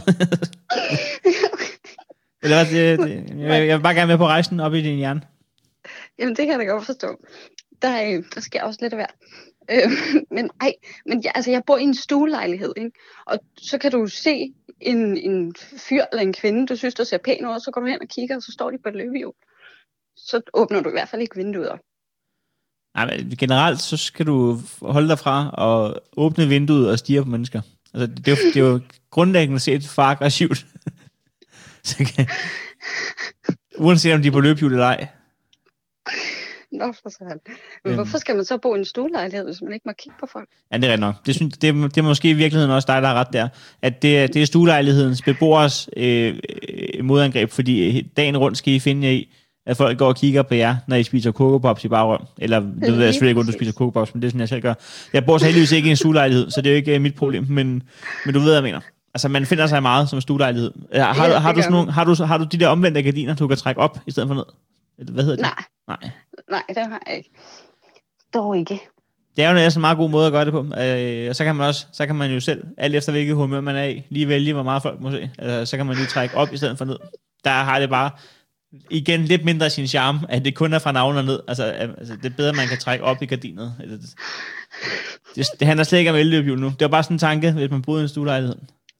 Eller hvad, det, det, jeg, jeg vil bare gerne med på rejsen op i din hjerne. Jamen, det kan jeg da godt forstå. Der, der sker også lidt af hvert. Øh, men ej, men ja, altså, jeg bor i en stuelejlighed, ikke? Og så kan du se en, en fyr eller en kvinde, du synes, der ser pæn ud, og så går du hen og kigger, og så står de på et løbehjul. Så åbner du i hvert fald ikke vinduet op. Nej, men generelt så skal du holde dig fra at åbne vinduet og stirre på mennesker. Altså, det er jo, det er jo grundlæggende set for aggressivt. Så kan, uanset om de er på løbehjul eller ej. Nå, for sådan. Men hvorfor skal man så bo i en stuelejlighed, hvis man ikke må kigge på folk? Ja, det er ret nok. Det, synes, det, er, det er måske i virkeligheden også dig, der har ret der. At det, det er stuelejlighedens beboers øh, modangreb, fordi dagen rundt skal I finde jer i, at folk går og kigger på jer, når I spiser Coco Pops i Barrøm. Eller, det ved jeg selvfølgelig ikke, hvordan du spiser Coco Pops, men det er sådan, jeg selv gør. Jeg bor så heldigvis ikke i en stuelejlighed, så det er jo ikke uh, mit problem, men, men du ved, hvad jeg mener. Altså, man finder sig meget som stuelejlighed. Har, har, Ja, har, du sådan nogle, man. har, du, har du de der omvendte gardiner, du kan trække op, i stedet for ned? Hvad hedder det? Nej. Nej. Nej, det har jeg ikke. Dog ikke. Det er jo næsten en meget god måde at gøre det på. Øh, og så kan man også, så kan man jo selv, alt efter hvilket humør man er i, lige vælge, hvor meget folk må se. Altså, så kan man lige trække op i stedet for ned. Der har det bare igen lidt mindre af sin charme, at det kun er fra navlen og ned. Altså, altså det er bedre, at man kan trække op i gardinet. Det, det, det handler slet ikke om elløbehjul nu. Det var bare sådan en tanke, hvis man boede i en stuelejlighed.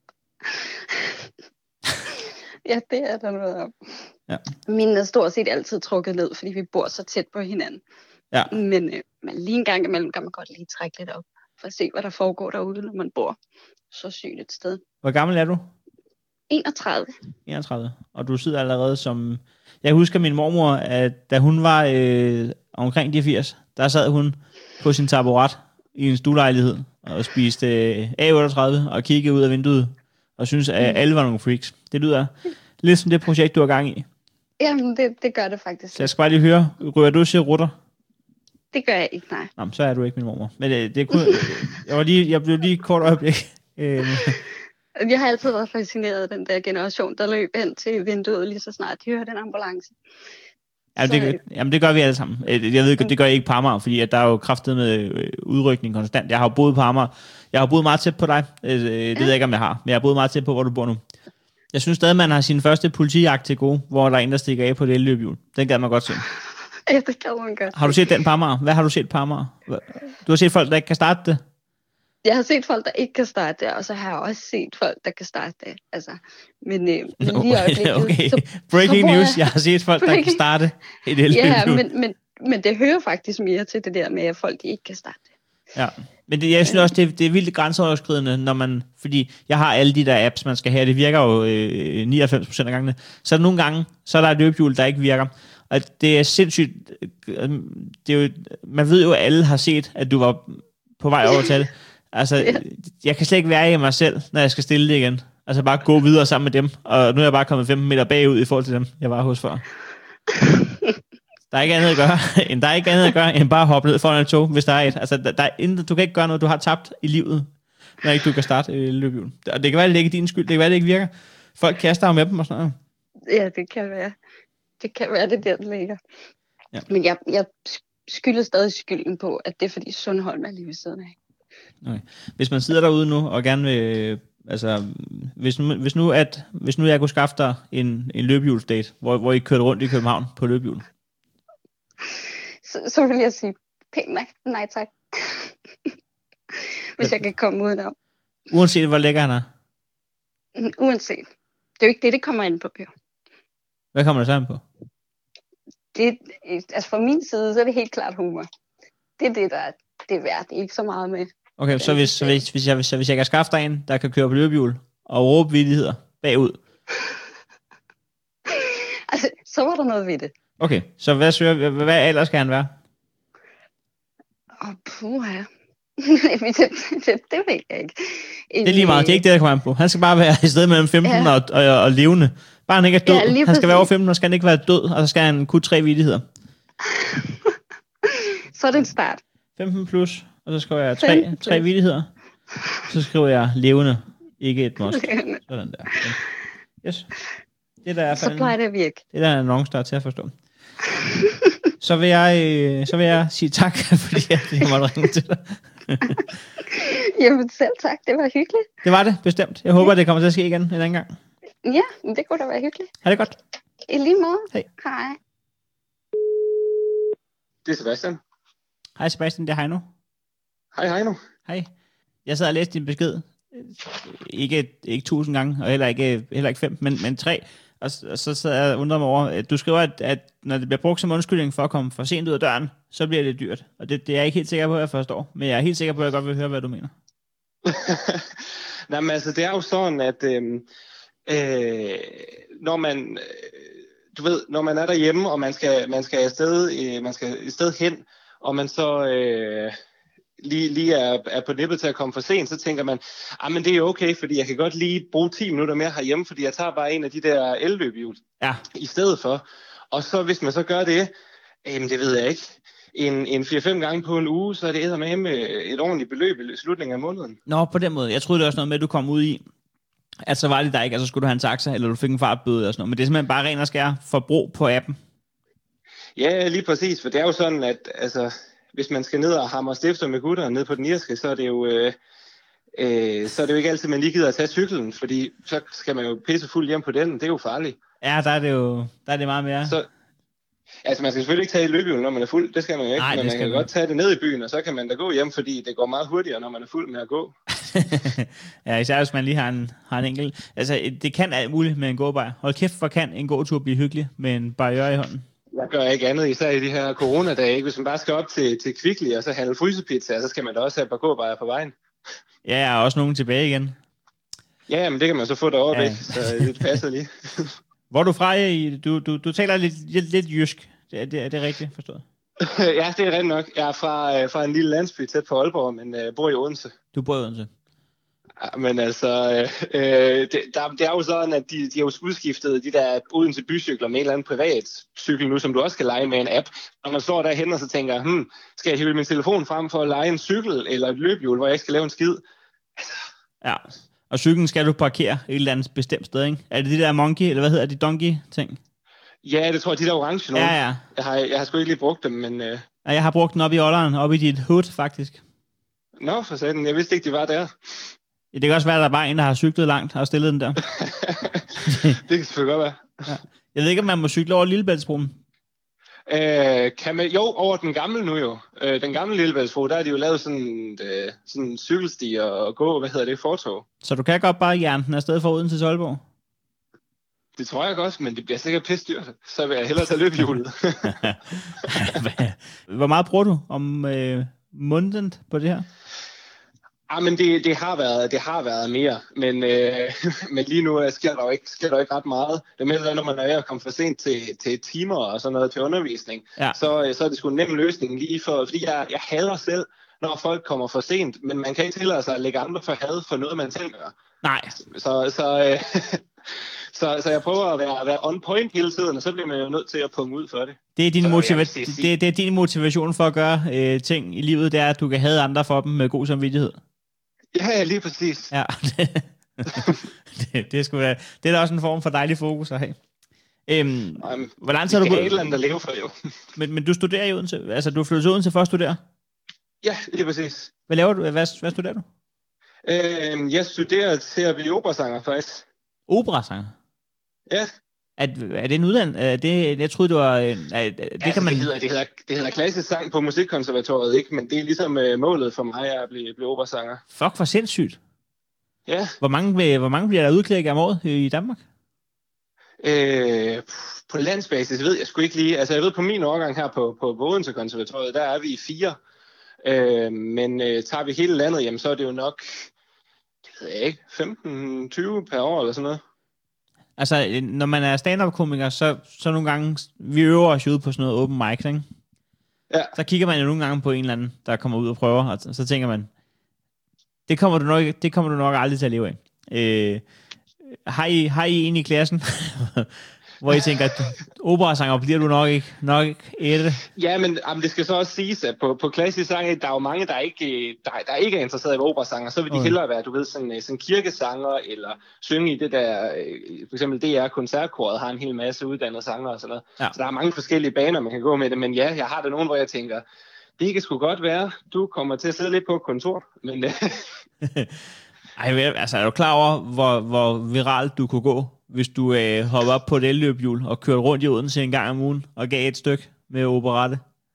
Ja, det er der noget om. Ja. Mine er stort set altid trukket ned, fordi vi bor så tæt på hinanden. Ja. Men, øh, men lige en gang imellem kan man godt lige trække lidt op, for at se, hvad der foregår derude, når man bor så sygt et sted. Hvor gammel er du? enogtredive. enogtredive. Og du sidder allerede som... Jeg husker min mormor, at da hun var øh, omkring de firs, der sad hun på sin taburet i en stuelejlighed og spiste øh, A otteogtredive og kiggede ud af vinduet og synes at alle var nogle freaks. Det lyder lidt som det projekt, du har gang i. Jamen, det, det gør det faktisk. Så jeg skal bare lige høre, rører du cerutter? Det gør jeg ikke, nej. Nå, så er du ikke min mormor. Men det, det kunne, jeg, var lige, jeg blev lige et kort øjeblik. Øh, Jeg har altid været fascineret af den der generation, der løb hen til vinduet lige så snart de hørte den ambulance. Ja, det, gør, jamen det gør vi alle sammen. Jeg ved, det gør jeg ikke på Amager, fordi at der er jo kraftet med udrykning konstant. Jeg har jo boet på Amager. Jeg har boet meget tæt på dig. Det ja. ved jeg ikke, om jeg har. Men jeg har boet meget tæt på, hvor du bor nu. Jeg synes stadig, man har sin første politijagt til gode, hvor der er en, der stikker af på det elløbehjul. Den gad man godt se. Ja, det gad man godt. Har du set den på Amager? Hvad har du set på Amager? Du har set folk, der ikke kan starte det? Jeg har set folk, der ikke kan starte det, og så har jeg også set folk, der kan starte det. Altså, men, øh, men lige øjeblikket... Okay, så, breaking så news. jeg... Jeg har set folk, der kan starte et elløbehjul. Ja, men, men, men det hører faktisk mere til det der med, at folk ikke kan starte det. Ja, men det, jeg synes også, det, det er vildt grænseoverskridende, når man... Fordi jeg har alle de der apps, man skal have. Det virker jo øh, nioghalvfems procent af gangene. Så nogle gange, så er der et løbehjul, der ikke virker. Og det er sindssygt... Det er jo, man ved jo, at alle har set, at du var på vej over til det. Altså, ja. Jeg kan slet ikke være i mig selv, når jeg skal stille det igen. Altså bare gå videre sammen med dem. Og nu er jeg bare kommet femten meter bagud i forhold til dem, jeg var hos før. Der er ikke andet at gøre, end, der er ikke andet at gøre, end bare hoppe ned foran et tog, hvis der er et. Altså, der, der er intet, du kan ikke gøre noget, du har tabt i livet, når ikke du kan starte øh, løbehjul. Og det kan være, det ikke er din skyld, det kan være, det ikke virker. Folk kaster jo med dem og sådan noget. Ja, det kan være. Det kan være, det der, den ligger. Ja. Men jeg, jeg skylder stadig skylden på, at det er fordi Sundholm er lige ved siden af. Okay. Hvis man sidder derude nu og gerne vil, altså, hvis nu, hvis nu, at, hvis nu jeg kunne skaffe dig en, en løbehjulsdate, hvor, hvor I kørte rundt i København på løbehjul. Så, så vil jeg sige, pænt nej, nej tak. Hvis ja. jeg kan komme udenom. Uanset hvor lækker han er? Uanset. Det er jo ikke det, det kommer ind på. Jo. Hvad kommer det så ind på? Det, altså fra min side, så er det helt klart humor. Det er det, der er, det er værd. Det er ikke så meget med. Okay, så hvis, så hvis, hvis, jeg, hvis, jeg, hvis jeg kan skaffe dig en, der kan køre på løbehjul og råbe vittigheder bagud. Altså, så var der noget ved det. Okay, så hvad, hvad, hvad alder skal han være? Åh, oh, puha. det, det, det, det ved jeg ikke. En, det er lige meget, det er ikke det, der kommer an på. Han skal bare være i stedet mellem femten ja. og, og, og levende. Bare han ikke er død. Ja, han skal præcis. være over femten, og skal han ikke være død, og så skal han kunne tre vittigheder. Så er det en start. femten plus, og så skriver jeg tre, tre vittigheder. Så skriver jeg levende, ikke et must. Sådan der. Yes. Det der er så plejer det at virke. Det der er en annonce, der er til at forstå. Så vil jeg, så vil jeg sige tak, fordi jeg måtte ringe til dig. Jamen selv tak, det var hyggeligt. Det var det, bestemt. Jeg håber, det kommer til at ske igen en anden gang. Ja, det kunne da være hyggeligt. Ha' det godt. I lige måde. Hej. Hej. Det er Sebastian. Hej Sebastian, det er Heino. Hej Heino. Hej. Jeg sad og læste din besked. Ikke, ikke tusind gange, og heller ikke, heller ikke fem, men, men tre. Og, og så sad jeg og undrede mig over, at du skriver, at, at når det bliver brugt som undskyldning for at komme for sent ud af døren, så bliver det dyrt. Og det, det er jeg ikke helt sikker på, at jeg forstår. Men jeg er helt sikker på, at jeg godt vil høre, hvad du mener. Nej, men altså, det er jo sådan, at øh, øh, når man, du ved, når man er derhjemme, og man skal, man skal afsted, øh, man skal et sted hen, og man så øh, lige, lige er, er på nippet til at komme for sent, så tænker man, ah, men det er okay, fordi jeg kan godt lige bruge ti minutter mere herhjemme, fordi jeg tager bare en af de der elløbehjul ja. i stedet for. Og så hvis man så gør det, øh, det ved jeg ikke, en, en fire fem gange på en uge, så er det eddermame et ordentligt beløb i slutningen af måneden. Nå, på den måde. Jeg troede det også noget med, at du kom ud i, at så var det der ikke, altså skulle du have en taxa, eller du fik en fartbøde og sådan noget. Men det er simpelthen bare ren og skær forbrug på appen. Ja, lige præcis, for det er jo sådan, at altså, hvis man skal ned og hamre stifter med gutter ned på den irske, så er det jo øh, øh, så er det jo ikke altid, man lige gider at tage cyklen, fordi så skal man jo pisse fuld hjem på den, det er jo farligt. Ja, der er det jo der er det meget mere. Så, altså man skal selvfølgelig ikke tage et løbehjul, når man er fuld, det skal man jo ikke, nej, men man kan man. godt tage det ned i byen, og så kan man da gå hjem, fordi det går meget hurtigere, når man er fuld med at gå. Ja, især hvis man lige har en, har en enkelt. Altså, det kan alt muligt med en gåbar. Hold kæft, hvor kan en gåtur blive hyggelig med en barriere i hånden. Jeg gør ikke andet, især i de her coronadage, ikke? Hvis man bare skal op til, til Kvickly og så handle frysepizza, så skal man da også have et par gåbarer på vejen. Ja, og også nogen tilbage igen. Ja, men det kan man så få derovre ja. væk, så det passer lige. Hvor er du fra? Du, du, du taler lidt, lidt, lidt jysk. Det er, det, er det rigtigt forstået? Ja, det er rent nok. Jeg er fra, fra en lille landsby tæt på Aalborg, men uh, bor i Odense. Du bor i Odense? Ja, men altså, øh, det, der, det er jo sådan, at de, de har jo udskiftet de der Odense bycykler med en eller anden privat cykel nu, som du også kan lege med en app. Når man står derhen og så tænker, hmm, skal jeg hive min telefon frem for at lege en cykel eller et løbehjul, hvor jeg ikke skal lave en skid? Altså. Ja, og cyklen skal du parkere et eller andet bestemt sted, ikke? Er det de der monkey, eller hvad hedder de, donkey-ting? Ja, det tror jeg, de der orange nogle. Ja, ja. Jeg har, jeg har sgu ikke lige brugt dem, men... Øh... Ja, jeg har brugt den op i Olderen, op i dit hood, faktisk. Nå, for satan, jeg vidste ikke, de var der. Ja, det kan også være, at der er bare en, der har cyklet langt og stillet den der. Det kan selvfølgelig godt være. Ja. Jeg ved ikke, om man må cykle over Lillebæltsbroen. Øh, kan man, jo, over den gamle nu jo. Øh, den gamle Lillebæltsbro, der er de jo lavet sådan øh, sådan cykelsti og gå, hvad hedder det, fortog. Så du kan godt bare jern den afsted fra Odense til Aalborg? Det tror jeg også, men det bliver sikkert pisse dyrt. Så vil jeg hellere tage løbehjulet. Hvor meget bruger du om øh, måneden på det her? Ja, men det, det, har været, det har været mere, men, øh, men lige nu sker der jo ikke, sker der jo ikke ret meget. Det er mere, når man er ved at komme for sent til, til timer og sådan noget til undervisning, ja. så, så er det sgu en nem løsning lige for, fordi jeg, jeg hader selv, når folk kommer for sent, men man kan ikke tillade sig at lægge andre for had for noget, man selv gør. Nej. Så, så, øh, så, så jeg prøver at være, være on point hele tiden, og så bliver man jo nødt til at punge ud for det. Det er din, så, motiva- det, det er din motivation for at gøre øh, ting i livet, det er, at du kan hade andre for dem med god samvittighed. Ja, ja, lige præcis. Ja, det, det, det, skulle være, det er da også en form for dejlig fokus at have. Øhm, um, hvor lang tid har du boet? Det er et at leve for, jo. Men, men du studerer i Odense, altså du flytter til Odense for at studere? Ja, lige præcis. Hvad laver du? Hvad, hvad studerer du? Øhm, jeg studerer til at blive operasanger, faktisk. Operasanger? Ja. Er, er det en uddannelse? Det, jeg troede, det var... Er, det, altså, kan man... det, hedder, det, hedder, det hedder klassisk sang på Musikkonservatoriet, ikke? Men det er ligesom uh, målet for mig at blive, blive operasanger. Fuck, for sindssygt. Ja. Hvor mange, hvor mange bliver der udklækket om året i Danmark? Øh, på landsbasis ved jeg sgu ikke lige. Altså, jeg ved på min årgang her på, på Odense Konservatoriet, der er vi fire. Øh, men øh, tager vi hele landet, jamen, så er det jo nok, det ved jeg ikke, femten tyve per år eller sådan noget. Altså, når man er stand-up-komiker, så, så nogle gange, vi øver os ude på sådan noget open mic, ikke? Ja. Så kigger man jo nogle gange på en eller anden, der kommer ud og prøver, og så tænker man, det kommer du nok, det kommer du nok aldrig til at leve af. Øh, har, I, har I en i klassen, hvor I tænker, at operasanger bliver du nok ikke, nok ikke? Ja, men jamen, det skal så også siges, at på, på klassisk sang, der er jo mange, der ikke, der, der ikke er interesseret i operasanger. Så vil de okay. hellere være, du ved, sådan, sådan kirkesanger, eller synge i det der, for eksempel D R Koncertkoret har en hel masse uddannede sanger og sådan noget. Ja. Så der er mange forskellige baner, man kan gå med det. Men ja, jeg har der nogen, hvor jeg tænker, det kan sgu godt være, du kommer til at sidde lidt på et kontor, men... Ej, altså er du klar over, hvor, hvor viralt du kunne gå, hvis du øh, hoppede op på et elløbhjul og kørte rundt i Odense en gang om ugen og gav et stykke med operette?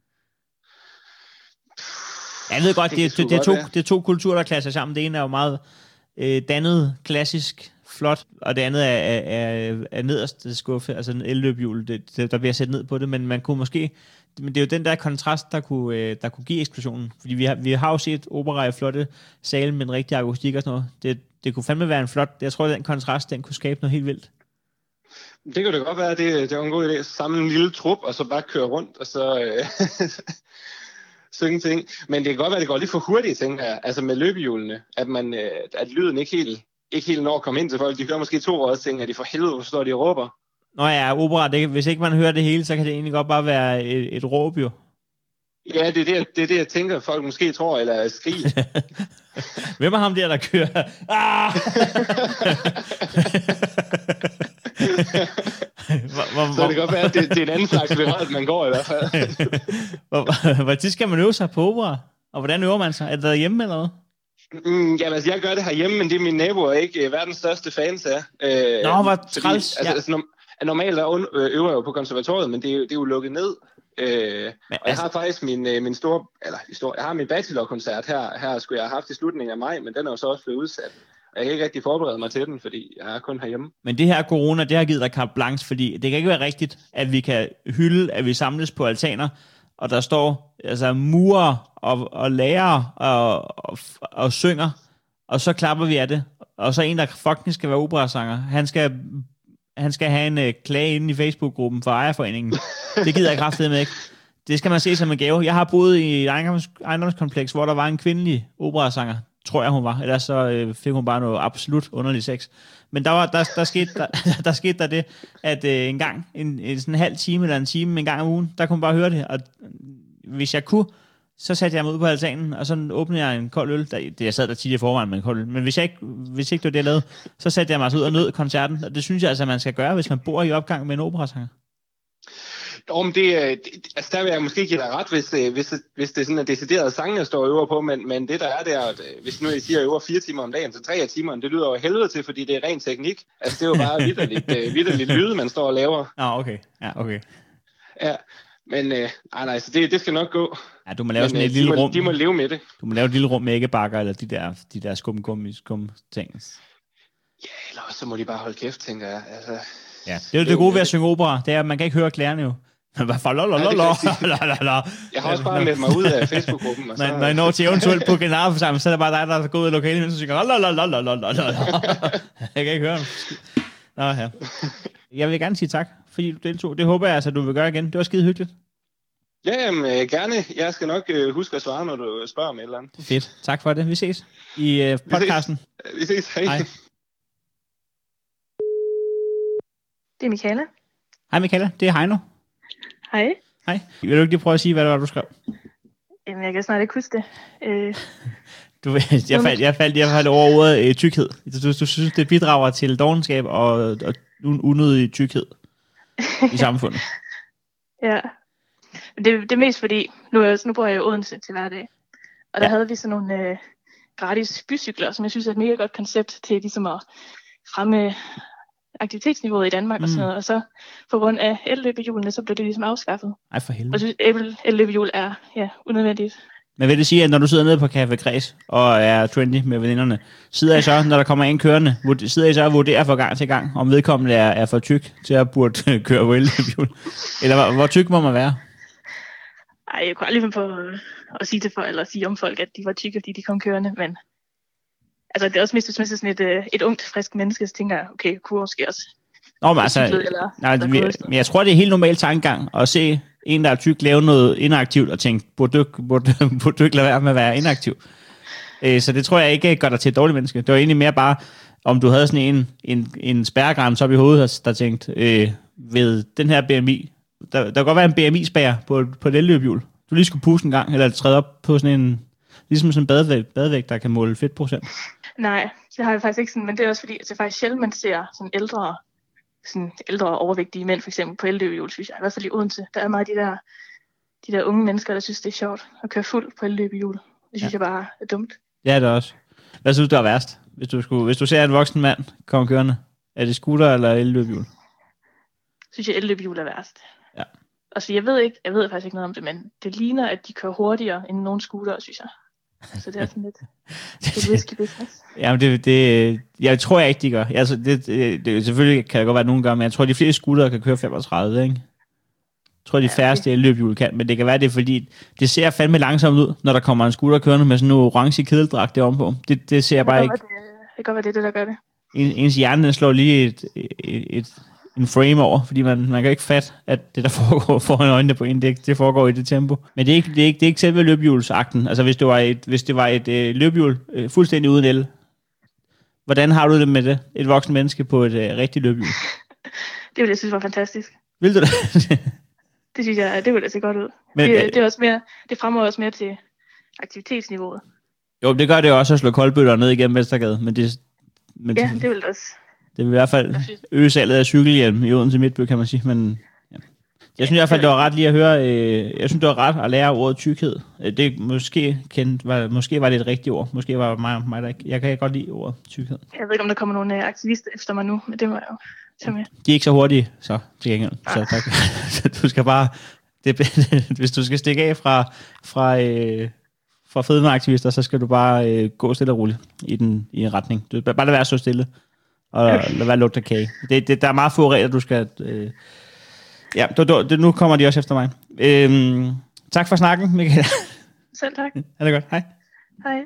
Jeg ved godt, det, det, det, det, er, to, det er to kulturer, der klasser sammen. Det ene er jo meget øh, dannet, klassisk, flot, og det andet er, er, er, er nederste skuffe, altså en elløbhjul, det, det, der bliver sat ned på det, men man kunne måske... Men det er jo den der kontrast, der kunne, der kunne give eksplosionen. Fordi vi har, vi har jo set opera i flotte sale med en rigtig akustik og sådan noget. Det, det kunne fandme være en flot... Jeg tror, at den kontrast, den kunne skabe noget helt vildt. Det kan det godt være. Det, det var en god idé at samle en lille trup, og så bare køre rundt, og så øh, synge ting. Men det kan godt være, at det går lidt for hurtigt, tænker jeg. Altså med løbehjulene, at, man, øh, at lyden ikke helt, ikke helt når at komme ind til folk. De hører måske to år, tænker, at de for helvede, hvor står de og råber. Nå ja, opera, det, hvis ikke man hører det hele, så kan det egentlig godt bare være et, et råb, jo. Ja, det er det, det er det, jeg tænker, folk måske tror, eller skrig. Hvem er ham der, der kører? Ah! hvor, hvor, så det kan godt være, at det, det er en anden slags viralt, man går i hvert fald. hvor, hvor tit skal man øve sig på opera? Og hvordan øver man sig? Er det derhjemme eller noget? Mm, jamen, altså, jeg gør det herhjemme, men det er mine naboer ikke verdens største fans af. Øh, Nå, hvor træls. Altså, ja. altså, normalt øver jeg jo på konservatoriet, men det er, det er jo lukket ned. Øh, men, og jeg altså... har faktisk min, min store, eller store, jeg har min bachelorkoncert her, her skulle jeg have haft i slutningen af maj, men den er jo så også blevet udsat. Og jeg kan ikke rigtig forberede mig til den, fordi jeg er kun herhjemme. Men det her corona, det har givet dig carte blanche, fordi det kan ikke være rigtigt, at vi kan hylde, at vi samles på altaner, og der står altså murer og, og lærere og, og, og synger, og så klapper vi af det. Og så en, der fucking skal være operasanger, han skal... Han skal have en uh, klage inde i Facebook-gruppen for ejerforeningen. Det gider jeg kraftedeme ikke. Det skal man se som en gave. Jeg har boet i et ejendoms, ejendomskompleks, hvor der var en kvindelig operasanger, tror jeg hun var. Ellers så øh, fik hun bare noget absolut underligt sex. Men der, var, der, der, skete, der, der skete der det, at øh, en gang, en, en sådan en halv time eller en time en gang om ugen, der kunne man bare høre det. Og hvis jeg kunne, så satte jeg mig ud på altanen, og så åbnede jeg en kold øl. Der, det, jeg sad der tit i forvejen med en kold øl. Men hvis, jeg ikke, hvis ikke det var det, jeg lavede, så satte jeg mig altså ud og nød koncerten. Og det synes jeg altså, man skal gøre, hvis man bor i opgang med en operasanger. Jo, men det, det, altså der vil jeg måske give dig ret, hvis, hvis, hvis det er sådan en decideret sang, jeg står og øver på, men, men det der er der, at hvis nu jeg siger, at jeg øver fire timer om dagen, så tre af timerne, det lyder jo helvede til, fordi det er ren teknik. Altså det er jo bare vitterligt, vitterligt lyde, man står og laver. Ja, okay. Ja, okay. Ja, men øh, nej, nej, så det, det skal nok gå. Ja, du må lave men, sådan et de lille må, rum. De må leve med det. Du må lave et lille rum med æggebakker, eller de der, de der skum-gummi, skum-ting. Ja, eller så må de bare holde kæft, tænker jeg. Altså, ja, det er jo det gode ved at synge opera, det er, at man kan ikke høre klærene jo. Jeg har også bare meldt mig ud af Facebook-gruppen. Og så... Når jeg når til eventuelt på generalforsamling, så er det bare dig, der går ud af lokalet, mens du synger. Jeg kan ikke høre dem. Nå, ja. Jeg vil gerne sige tak, fordi du deltog. Det håber jeg altså, du vil gøre igen. Det var skide hyggeligt. Ja, jamen, gerne. Jeg skal nok øh, huske at svare, når du spørger om et eller andet. Fedt. Tak for det. Vi ses i øh, podcasten. Vi ses. Vi ses. Hej. Hej. Det er Michaela. Hej Michaela, det er Heino. Hej. Hej. Vil du ikke lige prøve at sige, hvad det var, du skrev? Jamen, jeg kan snart ikke huske det. Øh... Du, jeg, faldt, jeg, faldt, jeg faldt over ordet øh, tykkhed. Du, du synes, det bidrager til dovenskab og, og unødig tykkhed i samfundet. Ja. Det, det er mest fordi, nu, er, nu bor jeg i Odense til hverdag. Og der ja. havde vi sådan nogle øh, gratis bycykler, som jeg synes er et mega godt koncept til ligesom at fremme aktivitetsniveauet i Danmark mm. og sådan noget. Og så på grund af elløbehjulene, så blev det ligesom afskaffet. Ej for helvede. Og jeg synes, elløbehjul er ja, unødvendigt. Men vil det sige, at når du sidder nede på Café Græs og er trendy med veninderne, sidder I så, når der kommer en kørende, sidder I så og vurderer fra gang til gang, om vedkommende er, er for tyk til at burde køre på elløbehjul? Eller hvor, hvor tyk må man være? Ej, jeg kunne aldrig finde på at sige til folk, eller sige om folk, at de var tykke, fordi de kom kørende, men altså, det er også mest, hvis man er sådan et, et ungt, frisk menneske, så tænker jeg, okay, kunne måske også... Nå, men altså, cyklet, eller, nej, eller vi, men jeg tror, det er helt normal tankegang at se en, der er tyk, lave noget inaktivt, og tænke, burde du, burde, burde du ikke lade være med at være inaktiv? Øh, så det tror jeg ikke gør dig til et dårligt menneske. Det var egentlig mere bare, om du havde sådan en, en, en spærregrænse op i hovedet, der tænkte, øh, ved den her B M I, der, der kan godt være en B M I-spærre på, på et elløbehjul. Du lige skulle puste en gang, eller træde op på sådan en, ligesom sådan en badevægt, badevægt, der kan måle fedtprocent. Nej, det har jeg faktisk ikke sådan, men det er også fordi, at det faktisk sjældent, man ser sådan ældre, sådan ældre overvægtige mænd, for eksempel på elløbehjul, synes jeg. I hvert fald i Odense. Der er meget de der, de der unge mennesker, der synes, det er sjovt at køre fuld på elløbehjul. Det synes ja. jeg bare er dumt. Ja, det er også. Hvad synes du er værst, hvis du, skulle, hvis du ser en voksen mand komme kørende? Er det scooter eller elløbehjul? Synes jeg, elløbehjul er værst. Ja. Altså, jeg ved ikke, jeg ved faktisk ikke noget om det, men det ligner, at de kører hurtigere end nogle scooter, synes jeg. Så det er sådan lidt det risky business. Jamen, det, det, jeg tror jeg ikke, de gør. Altså, det, det, det, selvfølgelig kan det godt være, at nogen gør, men jeg tror, de fleste scootere kan køre femogtredive, ikke? Jeg tror, de ja, færreste okay. løbehjul kan, men det kan være, det er fordi, det ser fandme langsomt ud, når der kommer en scooter kørende med sådan en orange kedeldragt derom på. Det, det ser jeg bare det ikke. Det, det kan godt være, det er det, der gør det. En, ens hjerne slår lige et, et, et, en frame over, fordi man, man kan ikke fatte, at det, der foregår foran øjnene på en, det, det foregår i det tempo. Men det er ikke, det er ikke, det er ikke selve løbehjulsakten. Altså, hvis det var et, hvis det var et øh, løbehjul øh, fuldstændig uden el, hvordan har du det med det? Et voksen menneske på et øh, rigtigt løbehjul? Det ville jeg synes var fantastisk. Vil du det? Det synes jeg, det ville da se godt ud. Men, det, det, er også mere, det fremmer også mere til aktivitetsniveauet. Jo, det gør det også at slå koldbøtter ned igennem Vestergade, men det... Men ja, det vil det også. Det vil i hvert fald øge salget af cykelhjelm i Odense Midtby, kan man sige, men... Ja. Jeg synes i hvert fald, det var ret lige at høre... Øh, jeg synes, det var ret at lære ordet tykkhed. Det måske, kendt, var, måske var det et rigtigt ord. Måske var mig, mig der ikke... Jeg kan godt lide ordet tykkhed. Jeg ved ikke, om der kommer nogle aktivister efter mig nu, men det må jeg jo tage med. De er ikke så hurtige, så til gengæld. Så tak. Du skal bare... Det, hvis du skal stikke af fra... fra øh, fra fedmeaktivister, så skal du bare øh, gå stille og roligt i den i en retning. Du bare lade være så stille, og lade være lugte kage. Det, det, der er meget få regler, du skal... Øh, ja, du, du, det, nu kommer de også efter mig. Øhm, tak for snakken, Michael. Selv tak. Ha' det godt. Hej. Hej.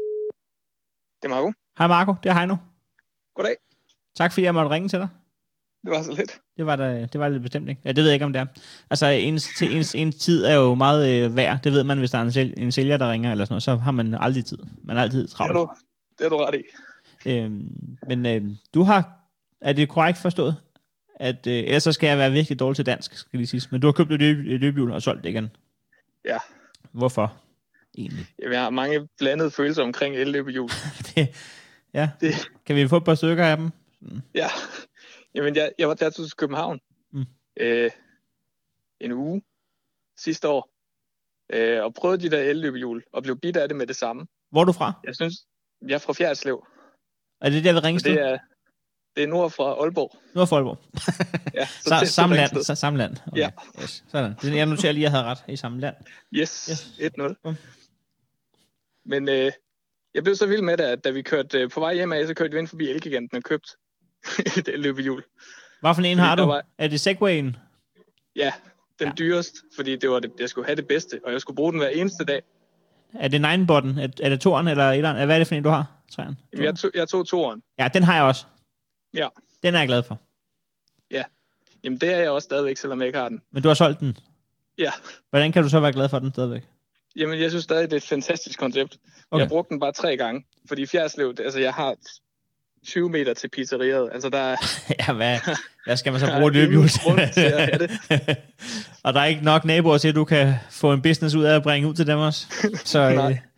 Det er Marco. Hej Marco, det er Heino. Goddag. Tak fordi jeg måtte ringe til dig. Det var så lidt. Det var der, det var det bestemt ikke. Ja, det ved jeg ikke, om det er. Altså, ens, til, ens, ens tid er jo meget øh, værd. Det ved man, hvis der er en, sælger, en sælger, der ringer eller sådan noget, så har man aldrig tid. Man er altid travlt. Det er du, det er du ret i. Øhm, men øh, du har, er det korrekt forstået? At, øh, ellers så skal jeg være virkelig dårlig til dansk, skal lige sige. Men du har købt et løb, et løbehjul og solgt det igen. Ja. Hvorfor? Egentlig. Jamen, jeg har mange blandede følelser omkring elløbehjul. det, ja. Det. Kan vi få et par stykker af dem? Sådan. Ja. Jamen, jeg, jeg var der til København mm. øh, en uge sidste år, øh, og prøvede de der elløbehjul, og blev bidt af det med det samme. Hvor er du fra? Jeg synes, jeg er fra Fjerdslev. Er det der ved Ringsted? Det er, det er nord fra Aalborg. Nord fra Aalborg. Ja, så Sa- samme land. Så, samme land. Okay. Ja. Yes. Sådan. Jeg noterer lige, at jeg havde ret i samme land. Yes, yes. et nul. Mm. Men øh, jeg blev så vild med det, at da vi kørte øh, på vej hjem af, så kørte vi ind forbi Elgiganten og købte et elløbehjul. Hvad for en har du? Var... Er det Segwayen? Ja, den ja. dyreste, fordi det var det, jeg skulle have det bedste, og jeg skulle bruge den hver eneste dag. Er det nine-botten? Er, er det toeren eller etteren? Hvad er det for en, du har? Træeren? Jeg, to, jeg tog toeren. Ja, den har jeg også. Ja. Den er jeg glad for. Ja. Jamen, det er jeg også stadigvæk, selvom jeg ikke har den. Men du har solgt den? Ja. Hvordan kan du så være glad for den stadigvæk? Jamen, jeg synes stadig, det er et fantastisk koncept. Okay. Jeg brugte den bare tre gange, fordi Fjerdslev, altså jeg har tyve meter til pizzeriet. Altså, der er... ja, hvad, hvad skal man så bruge et løbehjul til? det. Og der er ikke nok naboer til, at du kan få en business ud af at bringe ud til dem også. Så, Nej. Øh...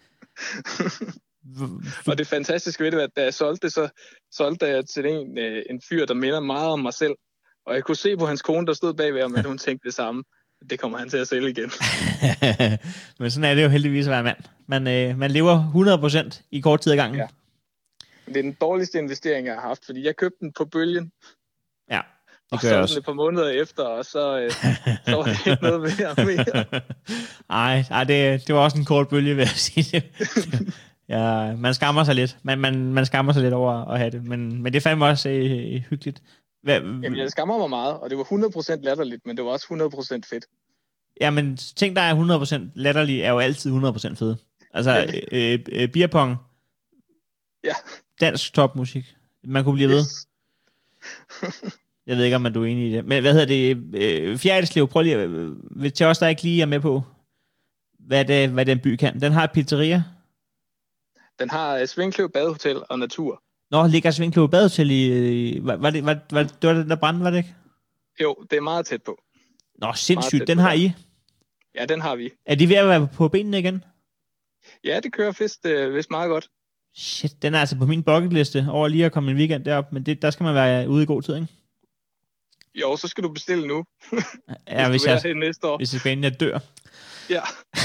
Og det fantastiske ved det, at da jeg solgte det, så solgte jeg til en, en fyr, der minder meget om mig selv. Og jeg kunne se på hans kone, der stod bagved ham, at hun tænkte det samme. Det kommer han til at sælge igen. Men sådan er det jo heldigvis at være mand. Man, øh, man lever hundrede procent i kort tid ad gangen. Ja. Det er den dårligste investering, jeg har haft, fordi jeg købte den på bølgen. Ja, det og gør jeg også. Og så et par måneder efter, og så, øh, så var det ikke noget mere mere. Ej, ej det, det var også en kort bølge, vil jeg sige. Ja, man skammer sig lidt. Man, man, man skammer sig lidt over at have det, men, men det er fandme også øh, hyggeligt. Hvad, Jamen, jeg skammer mig meget, og det var hundrede procent latterligt, men det var også hundrede procent fedt. Ja, men ting, der er hundrede procent latterlige, er jo altid hundrede procent fede. Altså, øh, øh, beerpong. Ja. Dansk topmusik. Man kunne blive ved. Yes. Jeg ved ikke, om man er enig i det. Men hvad hedder det? Øh, Fjerdslev, prøv lige, øh, til os, der ikke lige er med på, hvad, det, hvad den by kan. Den har et pizzeria. Den har Svinkløv Badehotel og Natur. Nå, ligger Svinkløv Badehotel i... Var, var, det, var, var, det var den der brand, var det ikke? Jo, det er meget tæt på. Nå, sindssygt. Den har I? Ja, den har vi. Er de ved at være på benene igen? Ja, det kører vist, øh, vist meget godt. Shit, den er altså på min bucketliste over lige at komme en weekend derop, men det, der skal man være ude i god tid, ikke? Jo, så skal du bestille nu. Ja, hvis, hvis, jeg, næste år. hvis jeg jeg dør. Ja.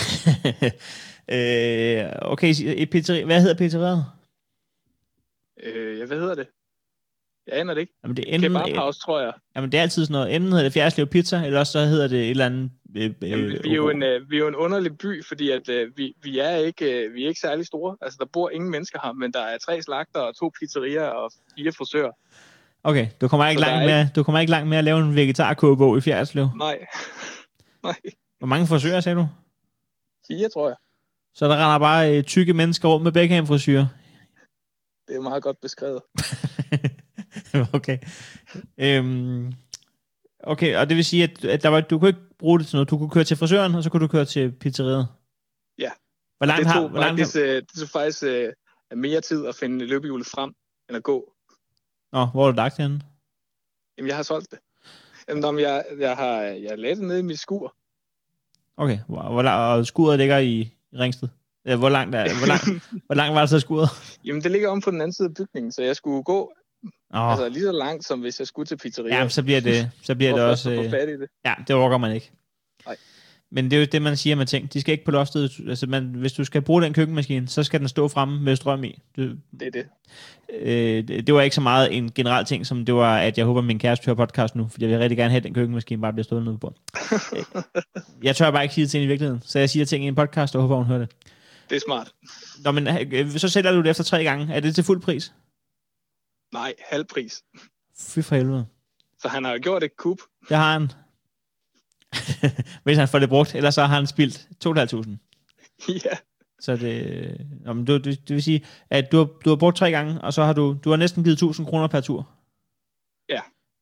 øh, okay, pizzeria. Hvad hedder pizzeriet? Øh, ja, hvad hedder det? Jeg aner det ikke. Jamen, det er enten, Kebabhouse, tror jeg. Jamen, det er altid sådan noget. Enten hedder det Fjerdslev Pizza, eller også så hedder det et eller andet... Øh, Jamen, vi, er jo en, øh, vi er jo en underlig by, fordi at, øh, vi, vi, er ikke, øh, vi er ikke særlig store. Altså, der bor ingen mennesker her, men der er tre slagter og to pizzerier og fire frisører. Okay, du kommer ikke, langt med, ikke... du kommer ikke langt med at lave en vegetarkogebog i Fjerdslev? Nej. Nej. Hvor mange frisører, sagde du? Fire, tror jeg. Så der render bare øh, tykke mennesker rundt med Beckham-frisyrer? Det er meget godt beskrevet. Okay. Øhm, okay, og det vil sige, at, at der var, du kunne ikke bruge det til noget. Du kunne køre til frisøren, og så kunne du køre til pizzeriet? Ja. Hvor langt det tog, har, hvor langt faktisk, har... det tog faktisk uh, mere tid at finde løbehjulet frem, end at gå. Nå, hvor har du lagt det henne? Jamen, jeg har solgt det. Jamen, om jeg, jeg har jeg lagde det nede i mit skur. Okay, hvor, hvor, og skuret ligger i, i Ringsted? Hvor langt, er, hvor, langt, hvor langt var det så skuret? Jamen, det ligger om på den anden side af bygningen, så jeg skulle gå oh. altså, lige så langt, som hvis jeg skulle til pizzeriet. Ja, så bliver det, så bliver det også... Øh, det. Ja, det overgår man ikke. Nej. Men det er jo det, man siger med ting. De skal ikke på loftet. Altså, man, hvis du skal bruge den køkkenmaskine, så skal den stå fremme med strøm i. Du, det er det. Øh, det. Det var ikke så meget en generel ting, som det var, at jeg håber, at min kæreste hører podcast nu, fordi jeg vil rigtig gerne have, at den køkkenmaskine bare bliver stående nede på. Jeg tør bare ikke sige det til hende i virkeligheden, så jeg siger ting i en podcast, og håber, hun hører det. Det er smart. Nå, men så sælger du det efter tre gange. Er det til fuld pris? Nej, halv pris. Fy for helvede. Så han har jo gjort et kup. Det har han. Hvis han får det brugt, ellers så har han spildt to tusind fem hundrede. Ja. Så det, jamen, du, det, det vil sige, at du har, du har brugt tre gange, og så har du, du har næsten givet tusind kroner per tur. Ja.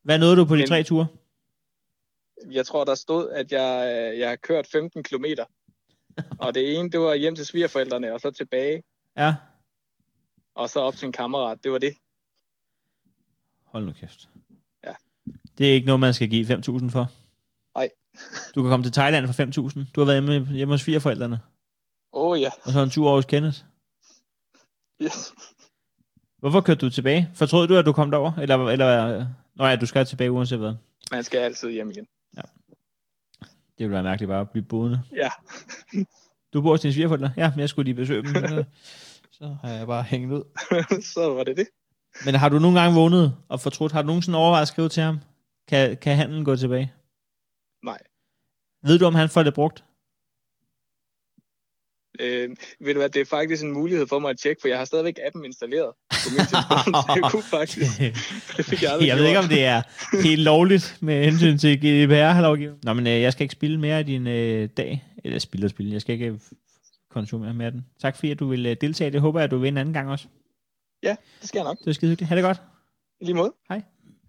Hvad nåede du på de Men- tre ture? Jeg tror, der stod, at jeg, øh, jeg har kørt femten kilometer. Og det ene, det var hjem til svigerforældrene, og så tilbage, Ja. og så op til en kammerat. Det var det. Hold nu kæft. Ja. Det er ikke noget, man skal give fem tusind for. Nej. Du kan komme til Thailand for fem tusind. Du har været hjemme, hjemme hos svigerforældrene. Åh oh, ja. Og så en tur over hos Kenneth. Yes. Hvorfor kørte du tilbage? Fortrød du, at du kom derover? Eller, eller nå ja, du skal tilbage uanset hvad. Man skal altid hjem igen. Det ville være mærkeligt bare at blive boende. Ja. Du bor hos dine svigerforældre? Ja, men jeg skulle lige besøge dem. Så, så har jeg bare hængt ud. Så var det det. Men har du nogle gange vågnet og fortrudt? Har du nogensinde overvejet at skrive til ham? Kan, kan handlen gå tilbage? Nej. Ved du, om han får det brugt? Øh, ved du hvad, det er faktisk en mulighed for mig at tjekke, for jeg har stadigvæk appen installeret på min telefon, så jeg kunne faktisk. Det fik jeg aldrig Jeg ved gjort. ikke, om det er helt lovligt med hensyn til G D P R-lovgivning. Nå, men øh, jeg skal ikke spille mere i din øh, dag. Eller spille og spille. Jeg skal ikke øh, konsumere mere af den. Tak fordi, at du vil øh, deltage. Det håber jeg, at du vil en anden gang også. Ja, det skal jeg nok. Det var skide hyggeligt. Ha' det godt. I lige måde. Hej.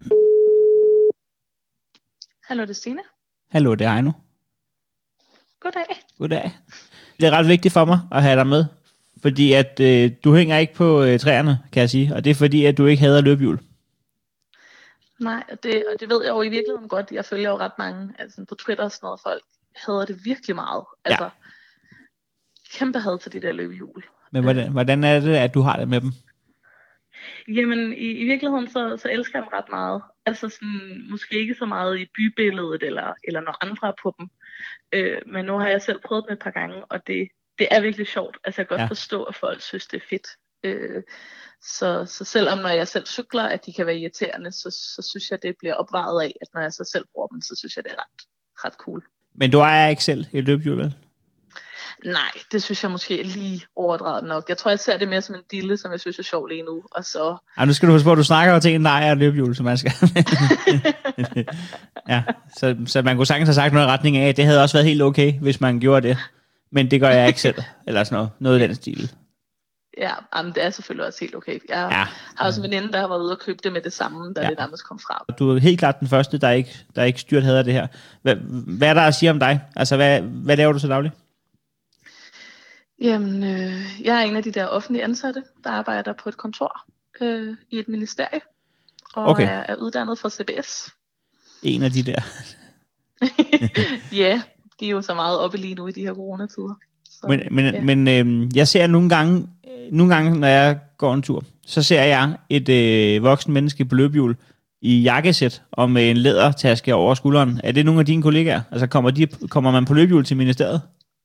Hallo, det er Stine. Hallo, det er Ejno. Goddag. Goddag. Det er ret vigtigt for mig at have dig med. Fordi at øh, du hænger ikke på øh, træerne, kan jeg sige. Og det er fordi, at du ikke hader løbehjul. Nej, og det, og det ved jeg jo i virkeligheden godt. Jeg følger jo ret mange altså på Twitter og sådan noget. Folk hader det virkelig meget. Altså, ja. Kæmpe had til de der løbehjul. Men hvordan, hvordan er det, at du har det med dem? Jamen, i, i virkeligheden, så, så elsker jeg dem ret meget. Altså sådan, måske ikke så meget i bybilledet, eller, eller når andre er på dem. Øh, men nu har jeg selv prøvet dem et par gange, og det, det er virkelig sjovt. Altså, jeg kan godt ja. forstå, at folk synes, det er fedt. Øh, så, så selvom når jeg selv cykler, at de kan være irriterende, så, så synes jeg, det bliver opvejet af, at når jeg så selv bruger dem, så synes jeg, det er ret, ret cool. Men du ejer ikke selv et løbehjul, vel? Nej, det synes jeg måske er lige overdrevet nok. Jeg tror, jeg ser det mere som en dille, som jeg synes er sjov lige nu. Og så... Ej, nu skal du huske på, at du snakker jo til en, der ejer et løbehjul, som man skal. Ja, så, så man kunne sagtens have sagt noget i retning af, at det havde også været helt okay, hvis man gjorde det. Men det gør jeg ikke selv. Eller sådan noget. Noget i den stil. Ja, men det er selvfølgelig også helt okay. Jeg ja. har også en veninde, der har været ude og købe det med det samme, da ja. det nærmest kom frem. Du er helt klart den første, der ikke, der ikke styrt hader det her. Hvad, hvad er der at sige om dig? Altså, hvad, hvad laver du så dagligt? Jamen, øh, jeg er en af de der offentlige ansatte, der arbejder på et kontor øh, i et ministerie, og okay. er, er uddannet fra C B S. En af de der. Ja, de er jo så meget oppe lige nu i de her coronatider. Så, men men, ja. men øh, jeg ser nogle gange, nogle gange, når jeg går en tur, så ser jeg et øh, voksen menneske på løbehjul i jakkesæt og med en lædertaske over skulderen. Er det nogle af dine kollegaer? Altså kommer, de, kommer man på løbehjul til ministeriet?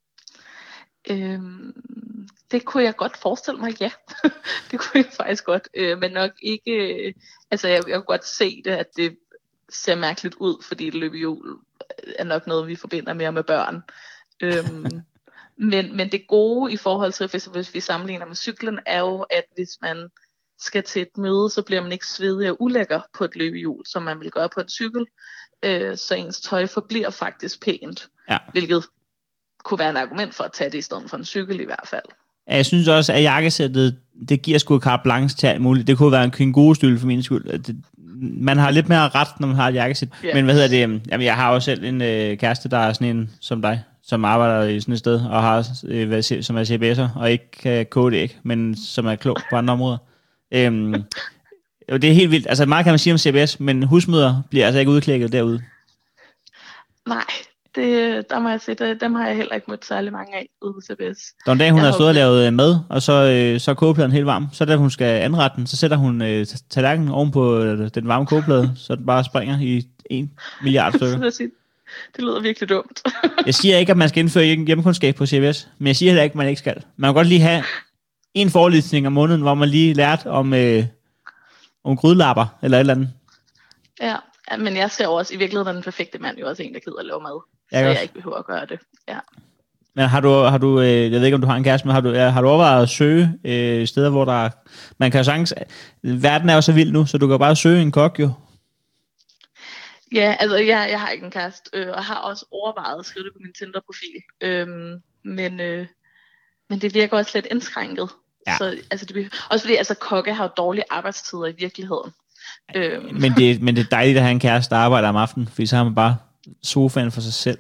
Øhm, det kunne jeg godt forestille mig, ja. Det kunne jeg faktisk godt, øh, men nok ikke, øh, altså jeg, jeg kunne godt se det, at det ser mærkeligt ud, fordi løbehjul er nok noget, vi forbinder mere med børn. Øhm, men, men det gode i forhold til, hvis, hvis vi sammenligner med cyklen, er jo, at hvis man skal til et møde, så bliver man ikke svedig og ulækker på et løbehjul, som man vil gøre på en cykel, øh, så ens tøj forbliver faktisk pænt, ja. Hvilket kunne være et argument for at tage det i stedet for en cykel i hvert fald. Ja, jeg synes også, at jakkesættet, det giver sgu carte blanche til alt muligt. Det kunne være en kængurustyle for min skyld. Det, man har lidt mere ret, når man har et jakkesæt. Yeah. Men hvad hedder det? Jamen, jeg har jo selv en øh, kæreste, der er sådan en som dig, som arbejder i sådan et sted, og har, øh, som er C B S'er, og ikke kan koge det ikke, men som er klog på andre områder. Øhm, det er helt vildt. Altså, meget kan man sige om C B S, men husmøder bliver altså ikke udklækket derude. Nej. Det, der må jeg sige, det, dem har jeg heller ikke mødt særlig mange af ude på C B S. Der en dag, hun jeg har stået og lavet mad, og så, øh, så er kogepladen helt varm. Så da hun skal anrette den, så sætter hun øh, tallerkenen oven på øh, den varme kogeplade, så den bare springer i en milliard stykker. det, det lyder virkelig dumt. Jeg siger ikke, at man skal indføre hjemmekundskab på C B S, men jeg siger heller ikke, at man ikke skal. Man kan godt lige have en forelæsning om måneden, hvor man lige lærte om, øh, om grydelapper, eller et eller andet. Ja, men jeg ser også, i virkeligheden den perfekte mand jo også en, der gider at lave mad. Jeg så også. Jeg ikke behøver at gøre det. Ja. Men har du, har du, jeg ved ikke om du har en kæreste, men har du, har du overvejet at søge øh, steder, hvor der, man kan jo sagtens, verden er jo så vild nu, så du kan bare søge en kok jo. Ja, altså jeg, jeg har ikke en kæreste, øh, og har også overvejet at skrive det på min Tinder-profil, øhm, men, øh, men det virker også lidt indskrænket. Ja. Så, altså, det, også fordi altså, kokke har jo dårlige arbejdstider i virkeligheden. Øhm. Men, det, men det er dejligt at have en kæreste, der arbejder om aftenen, fordi så har man bare sofaen for sig selv.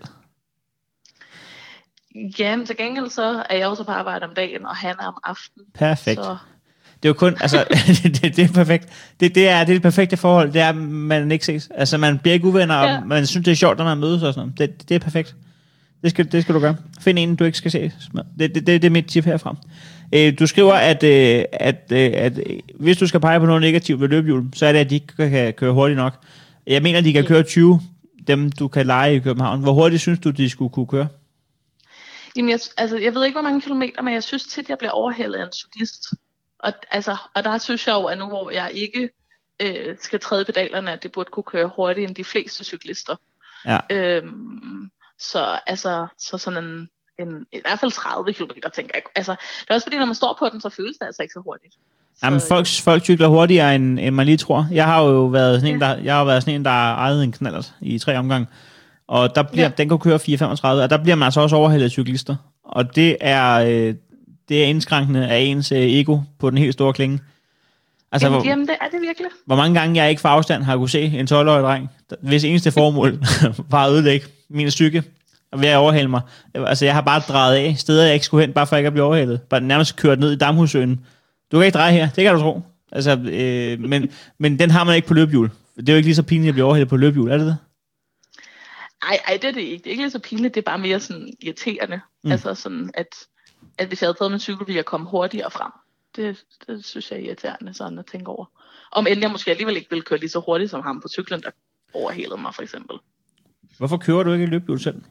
Ja, men til gengæld så er jeg også på arbejde om dagen, og han er om aftenen. Perfekt. Så... Det er jo kun, altså, det, det, det er perfekt. Det, det, er, det er det perfekte forhold, det er, man ikke ses. Altså, man bliver ikke uvenner, og ja. Man synes, det er sjovt, når man mødes og sådan noget. Det, det er perfekt. Det skal, det skal du gøre. Find en, du ikke skal se. Det, det, det, det er mit tip herfra. Øh, du skriver, at, øh, at, øh, at øh, hvis du skal pege på noget negativt ved løbehjul, så er det, at de ikke kan køre hurtigt nok. Jeg mener, at de kan køre tyve, dem du kan lege i København. Hvor hurtigt synes du, de skulle kunne køre? Jamen, jeg, altså, jeg ved ikke, hvor mange kilometer, men jeg synes tit, jeg bliver overhældet af en cyklist. Og, altså, og der synes jeg jo, at nu hvor jeg ikke øh, skal træde pedalerne, at det burde kunne køre hurtigere end de fleste cyklister. Ja. Øhm, så altså, så sådan en, en, i hvert fald tredive kilometer, tænker jeg. Altså, det er også fordi, når man står på den, så føles det altså ikke så hurtigt. Så, Jamen, folk, folk cykler hurtigere, end, end man lige tror. Jeg har jo været sådan en, ja. der, jeg har været sådan en, der har ejet en knallert i tre omgange. Og der bliver, ja. Den kan køre fire femogtredive, og der bliver man altså også overhældet af cyklister. Og det er, øh, det er indskrænkende af ens øh, ego på den helt store klinge. Altså, jamen, hvor, jamen, det er det virkelig. Hvor mange gange jeg ikke for afstand har kunne se en tolv-årig dreng, der, hvis eneste formål var at ødelægge min psyke og ved at overhælde mig. Altså, jeg har bare drejet af steder, jeg ikke skulle hen, bare for ikke at blive overhældet. Bare nærmest kørt ned i Damhussøen. Du kan ikke dreje her, det kan du tro. Altså, øh, men, men den har man ikke på løbehjul. Det er jo ikke lige så pinligt at blive overhældet på løbehjul, er det det? Ej, ej, det er det ikke. Det er ikke lige så pinligt, det er bare mere sådan irriterende. Mm. Altså sådan, at, at hvis jeg havde taget min cykel, ville jeg komme hurtigere frem. Det, det synes jeg er irriterende sådan at tænke over. Om end jeg måske alligevel ikke ville køre lige så hurtigt som ham på cyklen, der overhælede mig for eksempel. Hvorfor kører du ikke i løbehjul selv?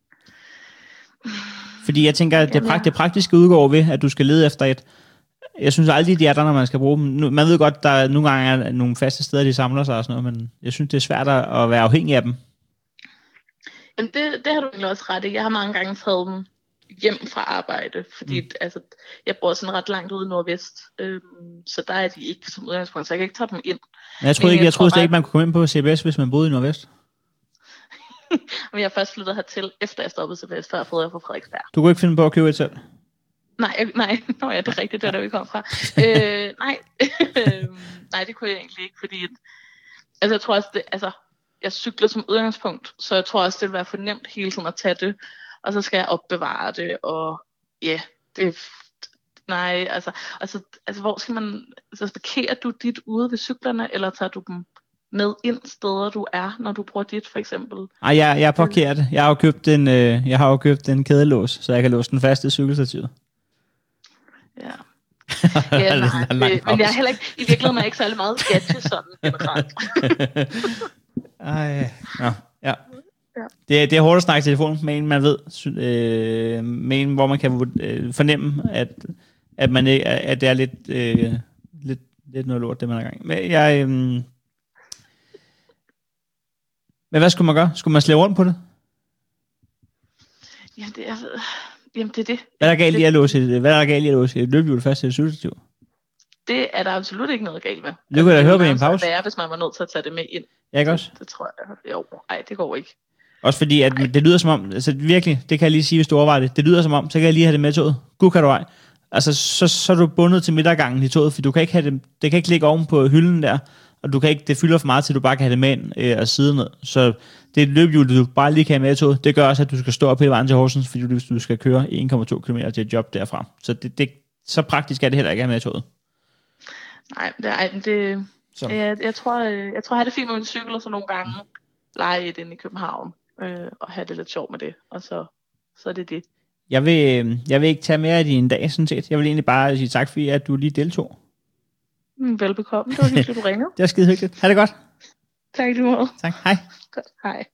Fordi jeg tænker, at det, prakt, det praktiske udgår ved, at du skal lede efter et. Jeg synes aldrig, de er der, når man skal bruge dem. Man ved godt, der nogle gange er nogle faste steder, de samler sig og sådan noget, men jeg synes, det er svært at være afhængig af dem. Men det, det har du egentlig også ret i. Jeg har mange gange taget dem hjem fra arbejde, fordi mm. altså, jeg bor sådan ret langt ude i Nordvest, øhm, så der er de ikke som udgangspunkt, så jeg kan ikke tage dem ind. Men jeg troede ikke, jeg, jeg troede slet ikke, man kunne komme ind på C B S, hvis man boede i Nordvest. Men jeg er først flyttet hertil, efter jeg stoppede C B S, før jeg fået jeg fra Frederiksberg. Du kunne ikke finde på at købe et selv? Nej, jeg, nej, Nå, ja, det er rigtigt, det er der, vi kom fra. øh, nej, nej, det kunne jeg egentlig ikke, fordi at, altså, jeg tror også, det, altså, jeg cykler som udgangspunkt, så jeg tror også, det vil være for nemt hele tiden at tage det, og så skal jeg opbevare det, og ja, yeah, det nej, altså, altså, altså, hvor skal man, altså, parkerer du dit ude ved cyklerne, eller tager du dem med ind steder, du er, når du bruger dit, for eksempel? Nej, jeg, jeg parkerer det. Jeg har jo købt en, øh, jeg har jo købt en kædelås, så jeg kan låse den fast i cykelstativet. Ja. Ja, nej, det, men jeg er heller ikke, i virkeligheden er jeg ikke særlig meget gadget sådan generelt. Ej, ja, ja. Ja. Det, det er hårdt at snakke i telefon med en, man ved, øh, med en, hvor man kan øh, fornemme, at, at, man, at det er lidt, øh, lidt, lidt noget lort, det man er i gang. Men, jeg, øh, men hvad skulle man gøre? Skulle man slæve rundt på det? Ja, det er, jamen, det er det. Hvad er der galt i at låse et, hvad er der galt i at låse et løbehjul fast i et cykelstativ? Det er der absolut ikke noget galt med. Det kunne jeg da høre på en pause. Det er, hvis man var nødt til at tage det med ind. Ja, ikke også? Det, det tror jeg. Jo, ej, det går ikke. Også fordi, at ej. Det lyder som om, altså virkelig, det kan jeg lige sige, hvis du overvejer det, det lyder som om, så kan jeg lige have det med i toget. Gud kan du ej. Altså, så, så er du bundet til midtergangen i toget, for du kan ikke have det, det kan ikke ligge oven på hylden der, og du kan ikke, det fylder for meget til, du bare kan have det med ind øh, og side ned. Så det er et løbehjul, du bare lige kan have med i toget. Det gør også, at du skal stå op hele vejen til Horsens, fordi du, du skal køre en komma to kilometer til et job derfra. Så det, det, så praktisk er det heller ikke at have med i toget. Nej, det er det. Jeg, jeg tror, jeg, jeg tror, jeg har det fint med min cykel, og så nogle gange lege et inde i København øh, og have det lidt sjovt med det, og så, så er det det. Jeg vil, jeg vil ikke tage mere af din dag, sådan set. Jeg vil egentlig bare sige tak, fordi at du lige deltog. Velbekomme. Det var hyggeligt, du ringede. Det var skide hyggeligt. Ha' det godt. Tak i lige måde. Tak. Hej. Godt. Hej.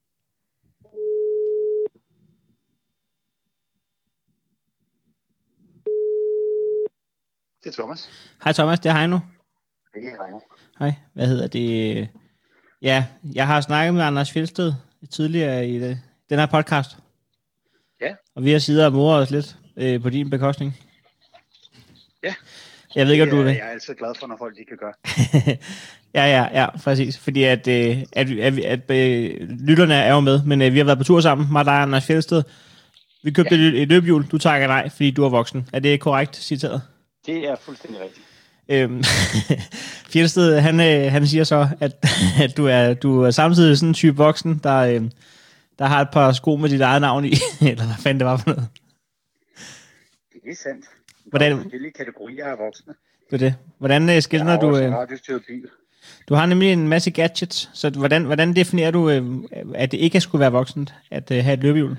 Det er Thomas. Hej Thomas, det er Heino. Det er Heino. Hej, hvad hedder det? Ja, jeg har snakket med Anders Fjeldsted tidligere i det, den her podcast. Ja. Og vi har siddet og moret os lidt øh, på din bekostning. Ja. Jeg ved ikke, om du er det. Jeg er altid glad for, når folk de kan gøre. ja, ja, ja, præcis. Fordi at, øh, at, at, at, at øh, lytterne er jo med, men øh, vi har været på tur sammen, mig og dig, Anders Fjeldsted. Vi købte ja. et løbehjul, du takker nej, fordi du er voksen. Er det korrekt citeret? Det er fuldstændig rigtigt. Øhm, Fjeldsted, han, øh, han siger så, at, at du, er, du er samtidig sådan en type voksen, der, øh, der har et par sko med dit eget navn i, eller hvad fanden det var for noget? Det er sandt. Hvordan- Der er forskellige kategorier af voksne. Det er det. Hvordan øh, skiller Jeg du... har også Øh, en radiostyret bil. du har nemlig en masse gadgets, så hvordan, hvordan definerer du, øh, at det ikke skulle være voksent at øh, have et løbehjul?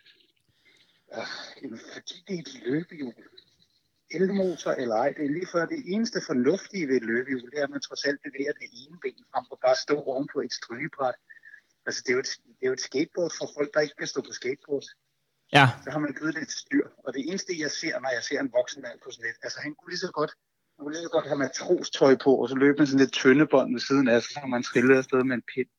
Øh, jamen, fordi det er et løbehjul. Elmotor eller ej, det er lige før det eneste fornuftige ved et løbehjul, det er, at man trods alt bevæger det ene ben frem for bare at stå ovenpå et strygebræt. Altså, det er, jo et, det er jo et skateboard for folk, der ikke kan stå på skateboard. Ja, Så har man givet det et styr. Og det eneste, jeg ser, når jeg ser en voksen mand på sådan lidt, altså han kunne lige så godt, han kunne lige så godt have matrostøj på, og så løbe med sådan lidt tyndebånd ved siden af, så har man trillet afsted med en pind.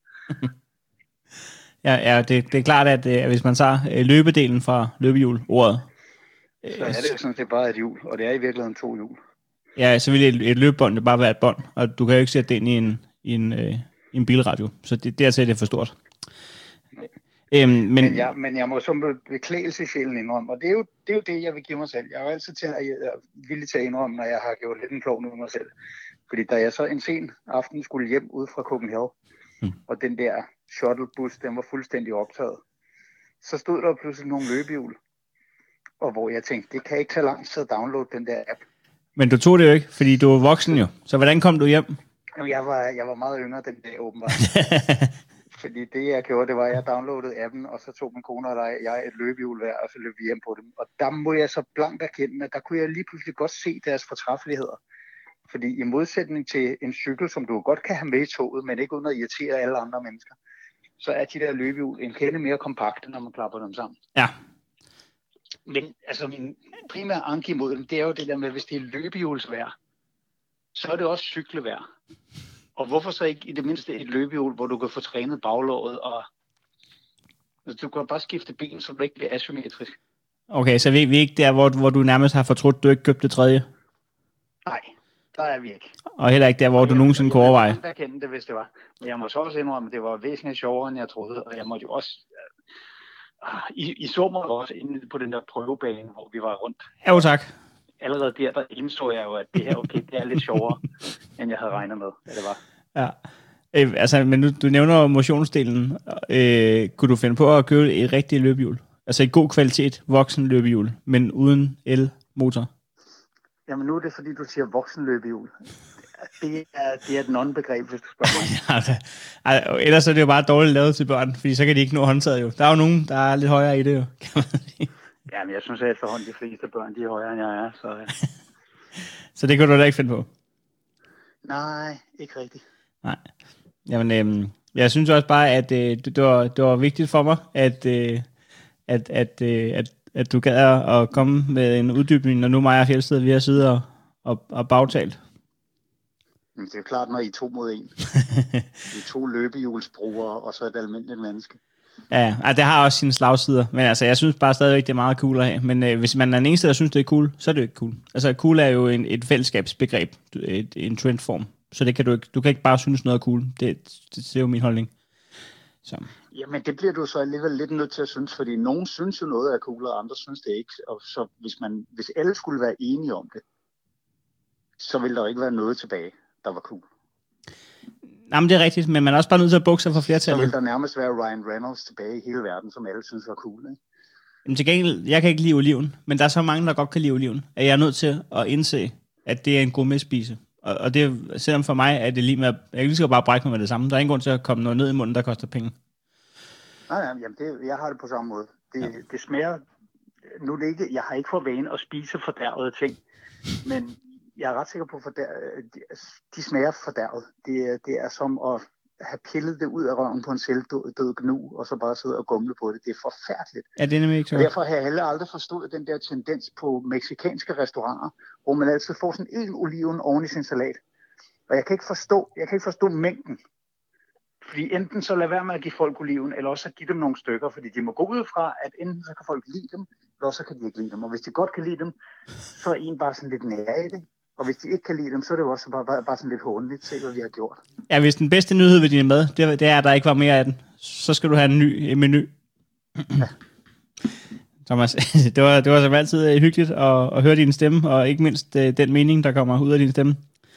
ja, ja det, det er klart, at øh, hvis man tager øh, løbedelen fra løbehjul, ordet, Så er det jo sådan set bare et hjul, og det er i virkeligheden to hjul. ja, så vil et, et løbebånd det bare være et bånd, og du kan jo ikke sætte det ind i en, i en, øh, i en bilradio, så det, dertil er det for stort. Øhm, men, Men, jeg, men jeg må som beklagelsesjælen indrømme, og det er, jo, det er jo det, jeg vil give mig selv. Jeg er jo altid til at, jeg er villig til at indrømme, når jeg har gjort lidt en klog med mig selv. Fordi da jeg så en sen aften skulle hjem ud fra Copenhagen, Hmm. og den der shuttlebus, den var fuldstændig optaget, så stod der pludselig nogle løbehjul, og hvor jeg tænkte, det kan ikke tage lang tid at downloade den der app. men du tog det jo ikke, fordi du var voksen jo, så hvordan kom du hjem? Jamen, Jeg var, jeg var meget yngre den dag, åbenbart. Fordi det, jeg gjorde, det var, at jeg downloadede appen, og så tog min kone og jeg et løbehjul hver, og så løb vi hjem på dem. Og der må jeg så blankt erkende, at der kunne jeg lige pludselig godt se deres fortræffeligheder. Fordi i modsætning til en cykel, som du godt kan have med i toget, men ikke uden at irritere alle andre mennesker, så er de der løbehjul en kende mere kompakte, når man klapper dem sammen. Ja, Men altså, min primære anke imod dem, det er jo det der med, hvis det er løbehjulsvær, så er det også cyklevær. Og hvorfor så ikke i det mindste et løbehjul, hvor du kan få trænet baglåret, og altså, du kan bare skifte ben, så du ikke bliver asymmetrisk. okay, så vi, vi er ikke der, hvor, hvor du nærmest har fortrudt, du ikke købte det tredje, Nej, der er vi ikke. og heller ikke der, hvor du nogensinde kunne overveje. Jeg kendte det, hvis det var. Men jeg må så også indrømme, at det var væsentligt sjovere, end jeg troede, og jeg måtte jo også... Uh, I, I så mig også inde på den der prøvebane, hvor vi var rundt. Jo, tak. Allerede der, der indså jeg jo, at det her, okay, det er lidt sjovere, end jeg havde regnet med, at det var. Ja. Øh, altså, men nu, du nævner motionsdelen. Øh, kunne du finde på at købe et rigtigt løbehjul? Altså et god kvalitet voksen løbehjul, men uden elmotor? Jamen nu er det, fordi du siger voksenløbehjul. Det er, det er et non-begreb, hvis du spørger mig. Altså, ellers er det jo bare dårligt lavet til børn, fordi så kan de ikke nå håndtaget jo. Der er jo nogen, der er lidt højere i det jo, kan man sige. Jamen jeg synes, at efterhånden de fleste børn, de er højere, end jeg er. Så, ja. Så det kan du da ikke finde på? Nej, ikke rigtigt. Nej. Jamen, øhm, jeg synes også bare, at øh, det, det, var, det var vigtigt for mig, at, øh, at, at, øh, at, at du gad at komme med en uddybning, når nu mig og Fjeldsted, vi har siddet og, og, og bagtalt. Men det er jo klart, når I er to mod en. I er to løbehjulsbrugere, og så et almindeligt menneske. Ja, ja, det har også sine slagsider, men altså, jeg synes bare stadigvæk, det er meget cool at have. Men øh, hvis man er den eneste, der synes, det er cool, så er det jo ikke cool. Altså, cool er jo en, et fællesskabsbegreb, et, en trendform. Så det kan du ikke, du kan ikke bare synes noget er cool. Det, det, det er jo min holdning. Så. Jamen, det bliver du så alligevel lidt nødt til at synes, fordi nogen synes jo noget er cool, og andre synes det ikke. Og så hvis, man, hvis alle skulle være enige om det, så ville der ikke være noget tilbage, der var cool. Jamen, det er rigtigt, men man er også bare nødt til at bukke sig for Så flertallet. ville der nærmest være Ryan Reynolds tilbage i hele verden, som alle synes var cool, ikke? Jamen, til gengæld, jeg kan ikke lide oliven, men der er så mange, der godt kan lide oliven, at jeg er nødt til at indse, at det er en gourmet-spise. Og, og det, selvom for mig er det lige med, at jeg kan lige så bare brække mig med det samme. Der er ingen grund til at komme noget ned i munden, der koster penge. Nej, nej, jamen det, jeg har det på samme måde. Det, ja. det smager, nu er det ikke, jeg har ikke for vane at spise fordærvede ting, men jeg er ret sikker på, at de, de smager fordærvet. Det, det er som at have pillet det ud af røven på en selvdød gnu, og så bare sidde og gumle på det. Det er forfærdeligt. Ja, det er nemlig ikke så. Derfor har jeg heller aldrig forstået den der tendens på mexikanske restauranter, hvor man altid får sådan en oliven oven i sin salat. Og jeg kan ikke forstå, jeg kan ikke forstå mængden. Fordi enten så lad være med at give folk oliven, eller også så give dem nogle stykker, fordi de må gå ud fra, at enten så kan folk lide dem, eller også så kan de ikke lide dem. Og hvis de godt kan lide dem, så er en bare sådan lidt nær i det. Og hvis de ikke kan lide dem, så er det jo også bare, bare, bare sådan lidt håndligt. Se, hvad vi har gjort. Ja, hvis den bedste nyhed ved din mad, det, det er, at der ikke var mere af den, så skal du have en ny en menu. Ja. Thomas, det var, det var som altid hyggeligt at, at høre din stemme, og ikke mindst den mening, der kommer ud af din stemme.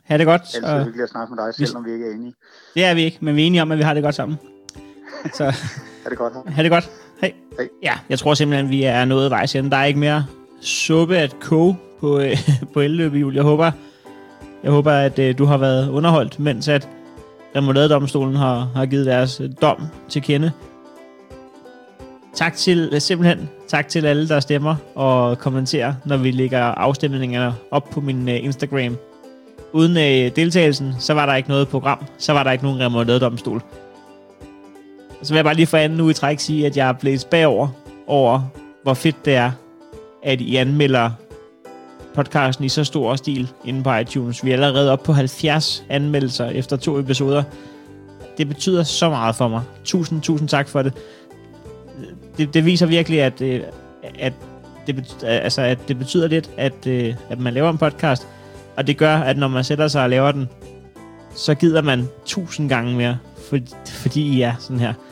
Ha' det godt. Det er altid hyggeligt at snakke med dig, selvom vi ikke er enige. Det er vi ikke, men vi er enige om, at vi har det godt sammen. Så Ha' det godt. ha' det godt. Hej. Hej. Ja, jeg tror simpelthen, at vi er nået vejs ende. Der er ikke mere suppe at koge på, øh, på elløbehjul. Jeg håber, jeg håber, at øh, du har været underholdt, mens at Remouladedomstolen har, har givet deres øh, dom til kende. Tak til, øh, simpelthen, tak til alle, der stemmer og kommenterer, når vi lægger afstemningerne op på min øh, Instagram. Uden øh, deltagelsen, så var der ikke noget program. Så var der ikke nogen Remouladedomstol. Så vil jeg bare lige for anden uge i træk sige, at jeg er blevet bagover over, hvor fedt det er, at I anmelder podcasten i så stor stil inde på iTunes. Vi er allerede oppe på halvfjerds anmeldelser efter to episoder. Det betyder så meget for mig. Tusind, tusind tak for det. Det, det viser virkelig, at, at, det betyder, altså, at det betyder lidt, at, at man laver en podcast. Og det gør, at når man sætter sig og laver den, så gider man tusind gange mere, for, fordi I er sådan her.